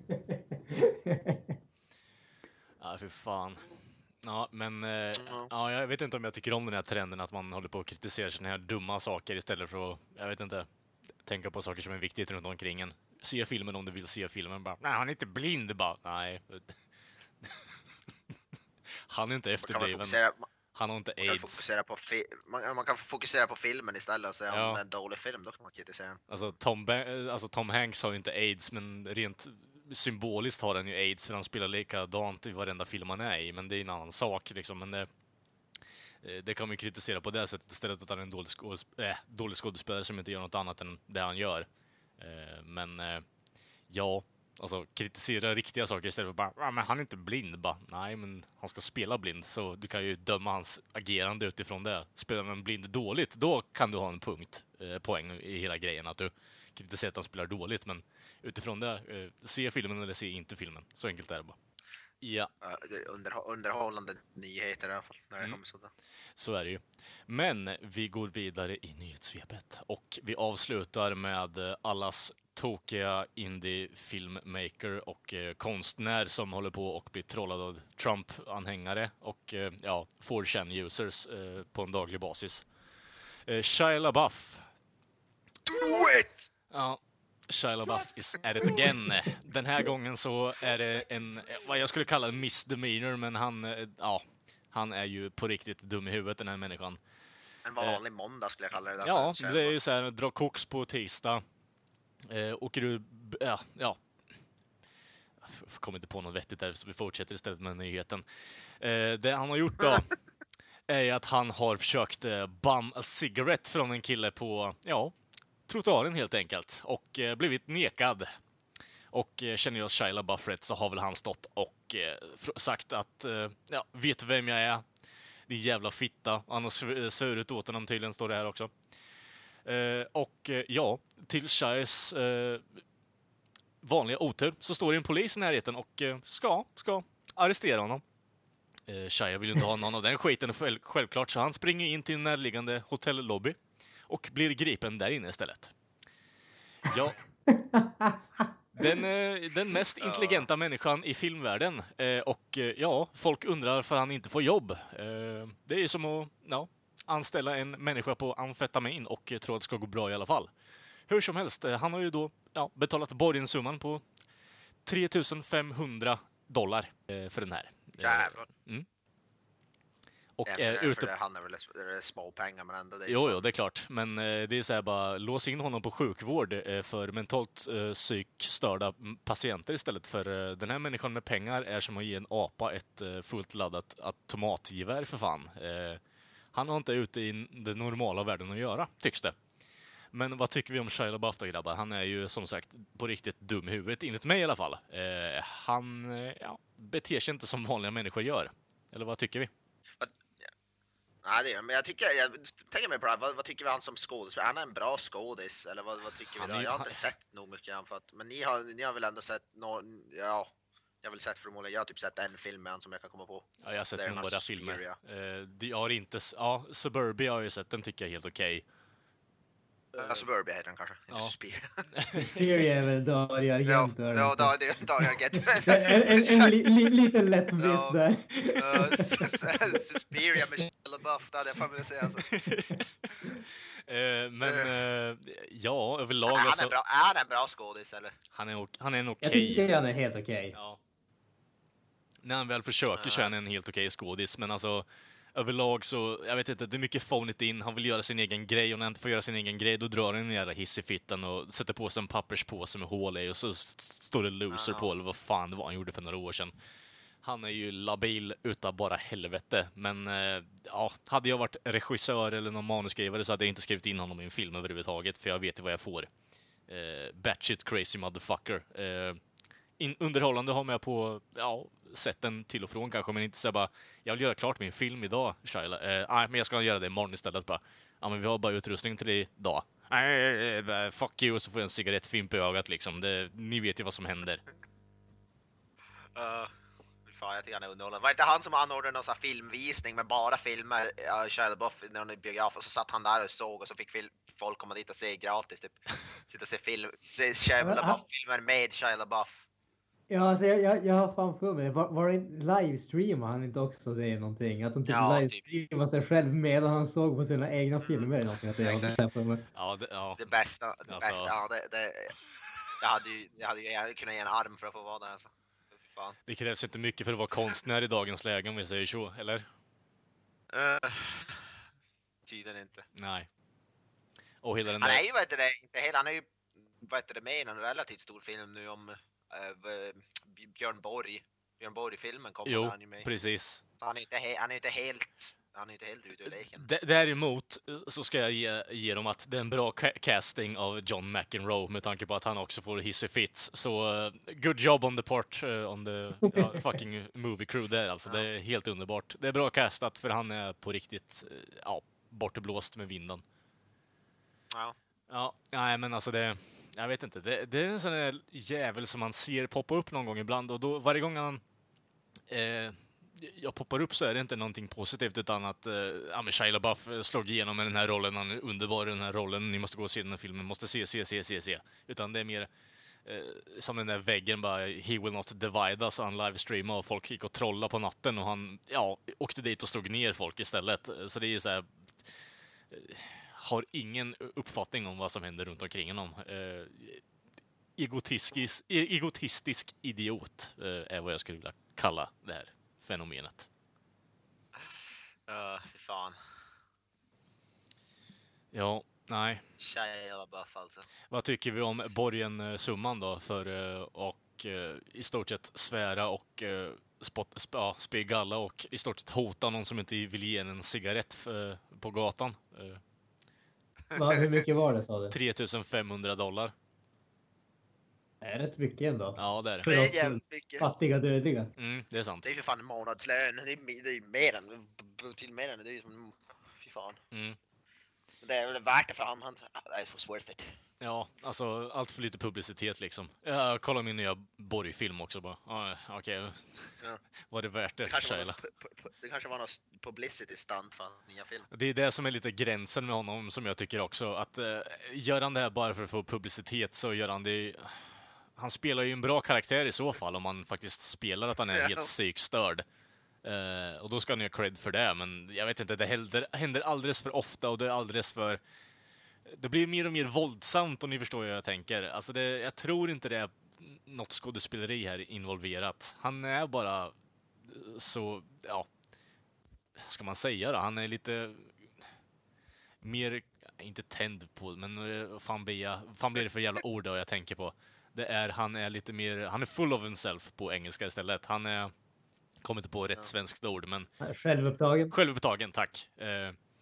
Ja, för fan. Ja, men eh, Ja. ja, jag vet inte om jag tycker om den här trenden att man håller på att kritisera såna här dumma saker istället för att, jag vet inte, tänka på saker som är viktigt runt omkring en. Se filmen om du vill se filmen. Bara, nej, han är inte blind. Bara, nej. Han är inte Man kan väl efterbliven. fokusera, Han har inte man kan aids. fokusera på fi, man, man kan fokusera på filmen istället och säga Ja. om det är en dålig film, då kan man kritisera den. Alltså Tom, ba- alltså Tom Hanks har ju inte aids, men rent symboliskt har han ju aids för han spelar likadant i varenda film han är i, men det är en annan sak liksom. Men det, det kan man ju kritisera på det sättet istället, att han är en dålig, skådesp- äh, dålig skådespelare som inte gör något annat än det han gör. Eh, Men eh, ja, alltså kritisera riktiga saker istället för bara ah, men han är inte blind. Bara, nej, men han ska spela blind, så du kan ju döma hans agerande utifrån det. Spelar han blind dåligt, då kan du ha en punkt, eh, poäng i hela grejen, att du kritiserar att han spelar dåligt, men utifrån det, eh, se filmen eller se inte filmen. Så enkelt är det bara. Ja, Ja, det är Under, underhållande nyheter i alla fall, när det Mm. kommer sådär. så är det ju. Men vi går vidare i nyhetssvepet och vi avslutar med eh, allas tokiga indie-filmmaker och eh, konstnär som håller på och blir trollad av Trump-anhängare och eh, ja, four chan-users eh, på en daglig basis. Eh, Shia LaBeouf. Do it! Ja, Shia LaBeouf is at it again. Den här gången så är det en, vad jag skulle kalla en misdemeanor, men han, eh, ja, han är ju på riktigt dum i huvudet, den här människan. En vanlig måndag skulle jag kalla det där. Ja, för. det är ju så här, dra koks på tisdag. Eh, åker du, ja, ja. Jag kommer inte på något vettigt där, så vi fortsätter istället med nyheten. Eh, det han har gjort då är att han har försökt eh, bum a cigarette från en kille på, ja, trottoaren helt enkelt. Och eh, blivit nekad. Och eh, känner jag Shia LaBeouf rätt så har väl han stått och eh, fr- sagt att, eh, ja, vet vem jag är? Din jävla fitta. Han har sv- svurit åt honom tydligen, står det här också. Eh, och eh, ja, till Shias eh, vanliga otur så står det en polis i närheten och eh, ska, ska arrestera honom. Eh, Shia vill ju inte ha någon av den skiten själv, självklart, så han springer in till en närliggande hotellobby och blir gripen där inne istället. Ja. Den, eh, den mest intelligenta människan i filmvärlden. Eh, och eh, ja, folk undrar varför han inte får jobb. Eh, det är som att ja, anställa en människa på amfetamin och eh, tro att det ska gå bra i alla fall. Hur som helst, eh, han har ju då ja, betalat borgenssumman på tre tusen femhundra dollar eh, för den här. Eh, Jävlar. och Ja, är för ute... det, han är väl det är små pengar, men ändå. Det är Jo, jo, det är klart. Men eh, det är så här bara, lås in honom på sjukvård eh, för mentalt eh, psykstörda mm, patienter istället. För eh, den här människan med pengar är som att ge en apa ett eh, fullt laddat automatgevär för fan. Eh, han har inte ute i den normala världen att göra, tycks det. Men vad tycker vi om Shia LaBeouf då, grabbar? Han är ju som sagt på riktigt dum i huvudet, enligt mig i alla fall. Eh, han eh, ja, beter sig inte som vanliga människor gör. Eller vad tycker vi? Ja, det är, men jag tycker, jag tänker mig på det här, vad, vad tycker vi han som skådespelare? Han är en bra skådis, eller vad, vad tycker Han vi är då? ju- Jag har han- inte sett nog mycket han för att, men ni har, ni har väl ändå sett någon, ja, jag har väl sett förmodligen, jag har typ sett en film med han som jag kan komma på. Ja, jag har sett Det är några Suspiria. filmer. Eh, de har inte... s- Ja, Suburbia har jag ju sett. Den tycker jag är helt okej. Ja, Suburbia heter den kanske, inte Ja. Suspiria. Suspiria är väl Dario Ja, Argento. är det ja, inte? då, det, då, jag get. en en, en li, li, liten lätt miss Ja. där. Uh, Suspiria med Shia LaBeouf, det hade jag fan velat säga. Alltså. Eh, men eh, ja, överlag Han är, alltså... bra, är han en bra skådis eller? Han är, ok- han är en Jag okej... tycker han är helt okej. Ja. När han väl försöker så är han en helt okej skådis, men alltså överlag så, jag vet inte, det är mycket phonigt in, han vill göra sin egen grej och när han inte får göra sin egen grej då drar han en jävla hiss i fittan och sätter på sig en papperspåse med hål i och så st- står det loser Ja. på, eller vad fan det var han gjorde för några år sedan. Han är ju labil utav bara helvete, men eh, ja, hade jag varit regissör eller någon manusskrivare så hade jag inte skrivit in honom i en film överhuvudtaget, för jag vet ju vad jag får. Eh, batshit crazy motherfucker. Eh, in, underhållande har jag på, ja, sätten till och från kanske, men inte så bara, jag vill göra klart min film idag, Shaila. Eh, nej, men jag ska göra det imorgon istället bara. Ja, men vi har bara utrustning till det idag. Nej, eh, fuck you, och så får jag en cigarettfimp i ögat liksom. Det, ni vet ju vad som händer. Uh, fan, jag tycker han är underhållande. Var det inte han som anordnade någon sån här filmvisning med bara filmer, uh, Shia LaBeouf, när han är i biograf, och så satt han där och såg och så fick fil- folk komma dit och se gratis typ. Sitta och se film, se Shia men han- LaBeouf-filmer med Shia LaBeouf. Ja, alltså jag, jag, jag har fan för mig. Var, var det inte livestreamar han inte också det någonting? Att han typ Ja, livestreamade sig själv medan han såg på sina egna filmer eller någonting. Att jag har Exakt. det för mig. Ja, det, ja. Det bästa, det Alltså. bästa, ja det, det jag hade ju, jag hade ju jag hade kunnat ge en arm för att få vara där alltså. Fy fan. Det krävs inte mycket för att vara konstnär i dagens läge om vi säger så, eller? Uh, tydligen inte. Nej. Och hela den Han är där... ju, vad heter det, inte hela, han är ju, vad heter det, med i en relativt stor film nu om uh, Björn Borg. Björn Borg-filmen kommer Jo, han ju med. precis. Så han är inte, he- han är inte helt, han är inte helt ute ur leken. D- däremot så ska jag ge, ge dem att det är en bra ca- casting av John McEnroe med tanke på att han också får hissy fits. Så uh, good job on the part, uh, on the ja, fucking movie crew där alltså. Det är helt underbart. Det är bra castat för han är på riktigt, uh, ja, bortblåst med vinden. Ja. Ja, nej men alltså det, jag vet inte. Det, det är en sån där jävel som man ser poppa upp någon gång ibland och då varje gång han eh, jag poppar upp så är det inte någonting positivt utan att eh, ja, men Shia LaBeouf eh, slår igenom med den här rollen, han är underbar i den här rollen, ni måste gå och se den här filmen, måste se, se, se, se, se. Utan det är mer eh, som den där väggen bara, he will not divide us, han livestreamade och folk gick och trollade på natten och han, ja, åkte dit och slog ner folk istället. Så det är ju så här, eh, har ingen uppfattning om vad som händer runt omkring honom. Eh, egotistisk, egotistisk idiot eh, är vad jag skulle vilja kalla det här fenomenet. Uh, fy fan. Ja, nej. Shia LaBeouf alltså. Vad tycker vi om borgen-summan då för eh, och eh, i stort sett svära och eh, spot, sp, ja, spy galla och i stort sett hota någon som inte vill ge en en cigarett eh, på gatan? Eh, Va, hur mycket var det sa du? tre tusen femhundra dollar. Det är rätt mycket ändå. Ja, det är det. För Det är oss jävligt mycket. fattiga dödliga. Mm, det är sant. Det är ju för fan en månadslön. Det är, det är ju mer än, till mer än det. Det är ju som, fy fan. Mm. Det är väl värt det för han. han det was worth it. Ja, alltså allt för lite publicitet liksom. Jag kollar min nya Borg-film också bara. Ah, okej. Okay. Ja. Var det värt det, Det kanske var, Shaila? något, pu- pu- det kanske var något publicity stunt för hans nya film. Det är det som är lite gränsen med honom som jag tycker också. Att eh, gör han det här bara för att få publicitet så gör han det... Han spelar ju en bra karaktär i så fall om man faktiskt spelar att han är Ja. helt psykstörd. Eh, och då ska han ju ha cred för det, men jag vet inte, det händer, händer alldeles för ofta och det är alldeles för... Det blir mer och mer våldsamt om ni förstår hur jag tänker. Alltså det, jag tror inte det är något skådespeleri här involverat. Han är bara så, ja, ska man säga då? Han är lite mer, inte tänd på, men vad fan blir jag, vad fan blir det för jävla ord då jag tänker på? Det är, han är lite mer, han är full of himself på engelska istället. Han är, kommer inte på rätt svenskt ord, men Självupptagen. självupptagen, tack. Eh,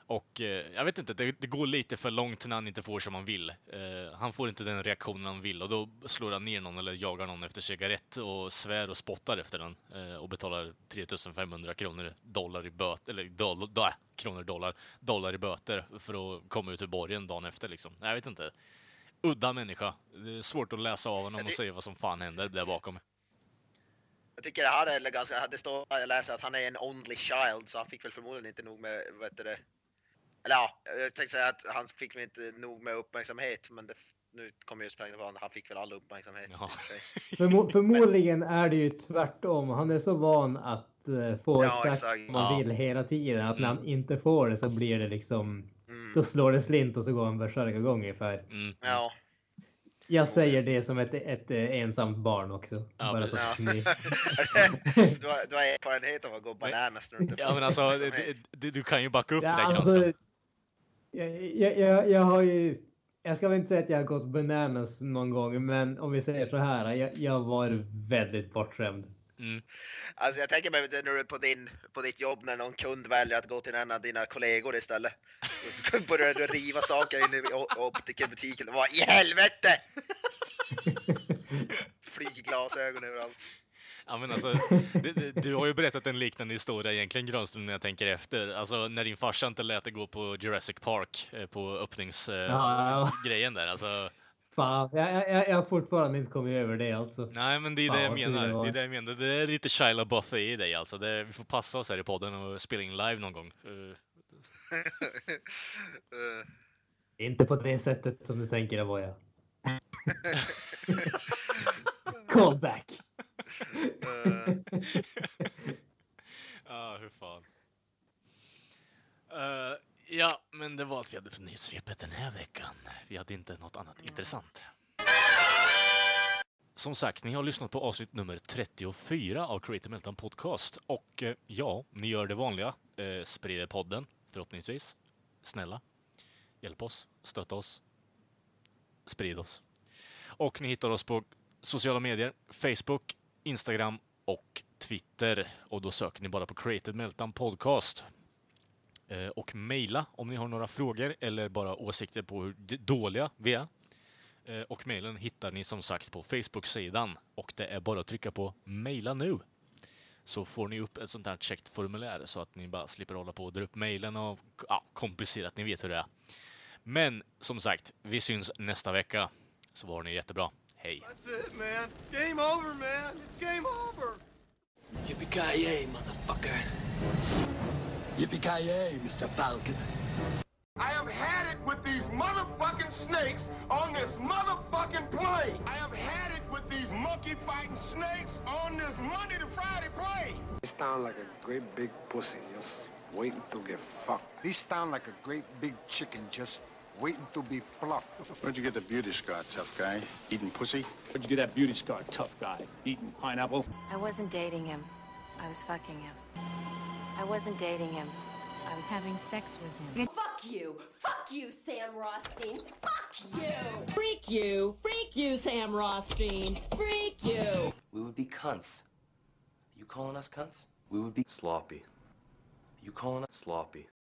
Och eh, jag vet inte, det, det går lite för långt när han inte får som han vill. Eh, han får inte den reaktionen han vill och då slår han ner någon eller jagar någon efter cigarett och svär och spottar efter den. Eh, och betalar tre tusen femhundra kronor dollar i böter, eller doll, do, kronor dollar, dollar i böter för att komma ut ur borgen dagen efter liksom. Jag vet inte. Udda människa. Det är svårt att läsa av honom och se vad som fan händer där bakom. Jag tycker det här är ganska, det står, jag läser att han är en only child, så han fick väl förmodligen inte nog med, vet du det, eller ja, jag tänkte säga att han fick väl inte nog med uppmärksamhet, men det, nu kommer jag just på att han fick väl all uppmärksamhet. Ja. Förmo- förmodligen är det ju tvärtom. Han är så van att uh, få Ja, exakt exakt. som man Ja. vill hela tiden, att när han inte får det så blir det liksom, Mm. då slår det slint och så går han bärsärka igång ungefär. Mm. Ja. Jag säger det som ett, ett, ett ensamt barn också. Ja, Bara precis. så Ja. att ni... du, har, du har erfarenhet av att gå bananas när du inte Ja, får men alltså, uppmärksamhet. det, det, du kan ju backa upp Ja, det där, alltså, Granström. jag, jag, jag, jag har ju... Jag ska väl inte säga att jag har gått bananas någon gång, men om vi säger så här, jag, jag var väldigt bortskämd. Mm. Alltså jag tänker mig när du är på, din, på ditt jobb när någon kund väljer att gå till en av dina kollegor istället. Och så börjar du riva saker inne i o- optikerbutiken. Vad i helvete! Flyger glasögon överallt. Ja, men alltså, det, det, du har ju berättat en liknande historia egentligen, Granström, när jag tänker efter. Alltså, när din farsa inte lät dig gå på Jurassic Park eh, på öppningsgrejen eh, Ja. grejen där. Alltså, Fan, jag, jag, jag har fortfarande inte kommit över det alltså. nej, men det är Fan, det jag vad sur det menar. var. Det är det jag menar. Det är lite Shia LaBeouf i dig, alltså. Det, vi får passa oss här i podden och spela in live någon gång. Uh, Uh, Inte på det sättet som du tänker det var jag. Callback. uh, Ja, hur fan. Uh, ja, men det var allt vi hade för nyhetssvepet den här veckan. Vi hade inte något annat intressant. Som sagt, ni har lyssnat på avsnitt nummer trettiofyra av Creative Meltdown Podcast. Och eh, ja, ni gör det vanliga. Eh, sprider podden, förhoppningsvis. Snälla, hjälp oss, stötta oss, sprid oss. Och ni hittar oss på sociala medier, Facebook, Instagram och Twitter. Och då söker ni bara på Creative Meltdown Podcast. Eh, och mejla om ni har några frågor eller bara åsikter på hur d- dåliga vi är. Eh, och mejlen hittar ni som sagt på Facebook-sidan. Och det är bara att trycka på mejla nu. Så får ni upp ett sånt här checkt formulär så att ni bara slipper hålla på och dra upp mejlen och ja, komplicerat, ni vet hur det är. Men som sagt, vi syns nästa vecka. Så var ni jättebra. Hej! That's it, man. It's game over, man. It's game over. Yippee-ki-yay, motherfucker. Yippee-ki-yay, Mister Falcon. I have had it with these motherfucking snakes on this motherfucking plane. I have had it with these monkey fighting snakes on this Monday to Friday plane. He sound like a great big pussy, just waiting to get fucked. He sound like a great big chicken, just waiting to be plucked. Where'd you get the beauty scar, tough guy? Eating pussy? Where'd you get that beauty scar, tough guy? Eating pineapple? I wasn't dating him. I was fucking him. I wasn't dating him. I was having sex with him. Fuck you! Fuck you, Sam Rothstein! Fuck you! Freak you! Freak you, Sam Rothstein! Freak you! We would be cunts. You calling us cunts? We would be sloppy. You calling us sloppy.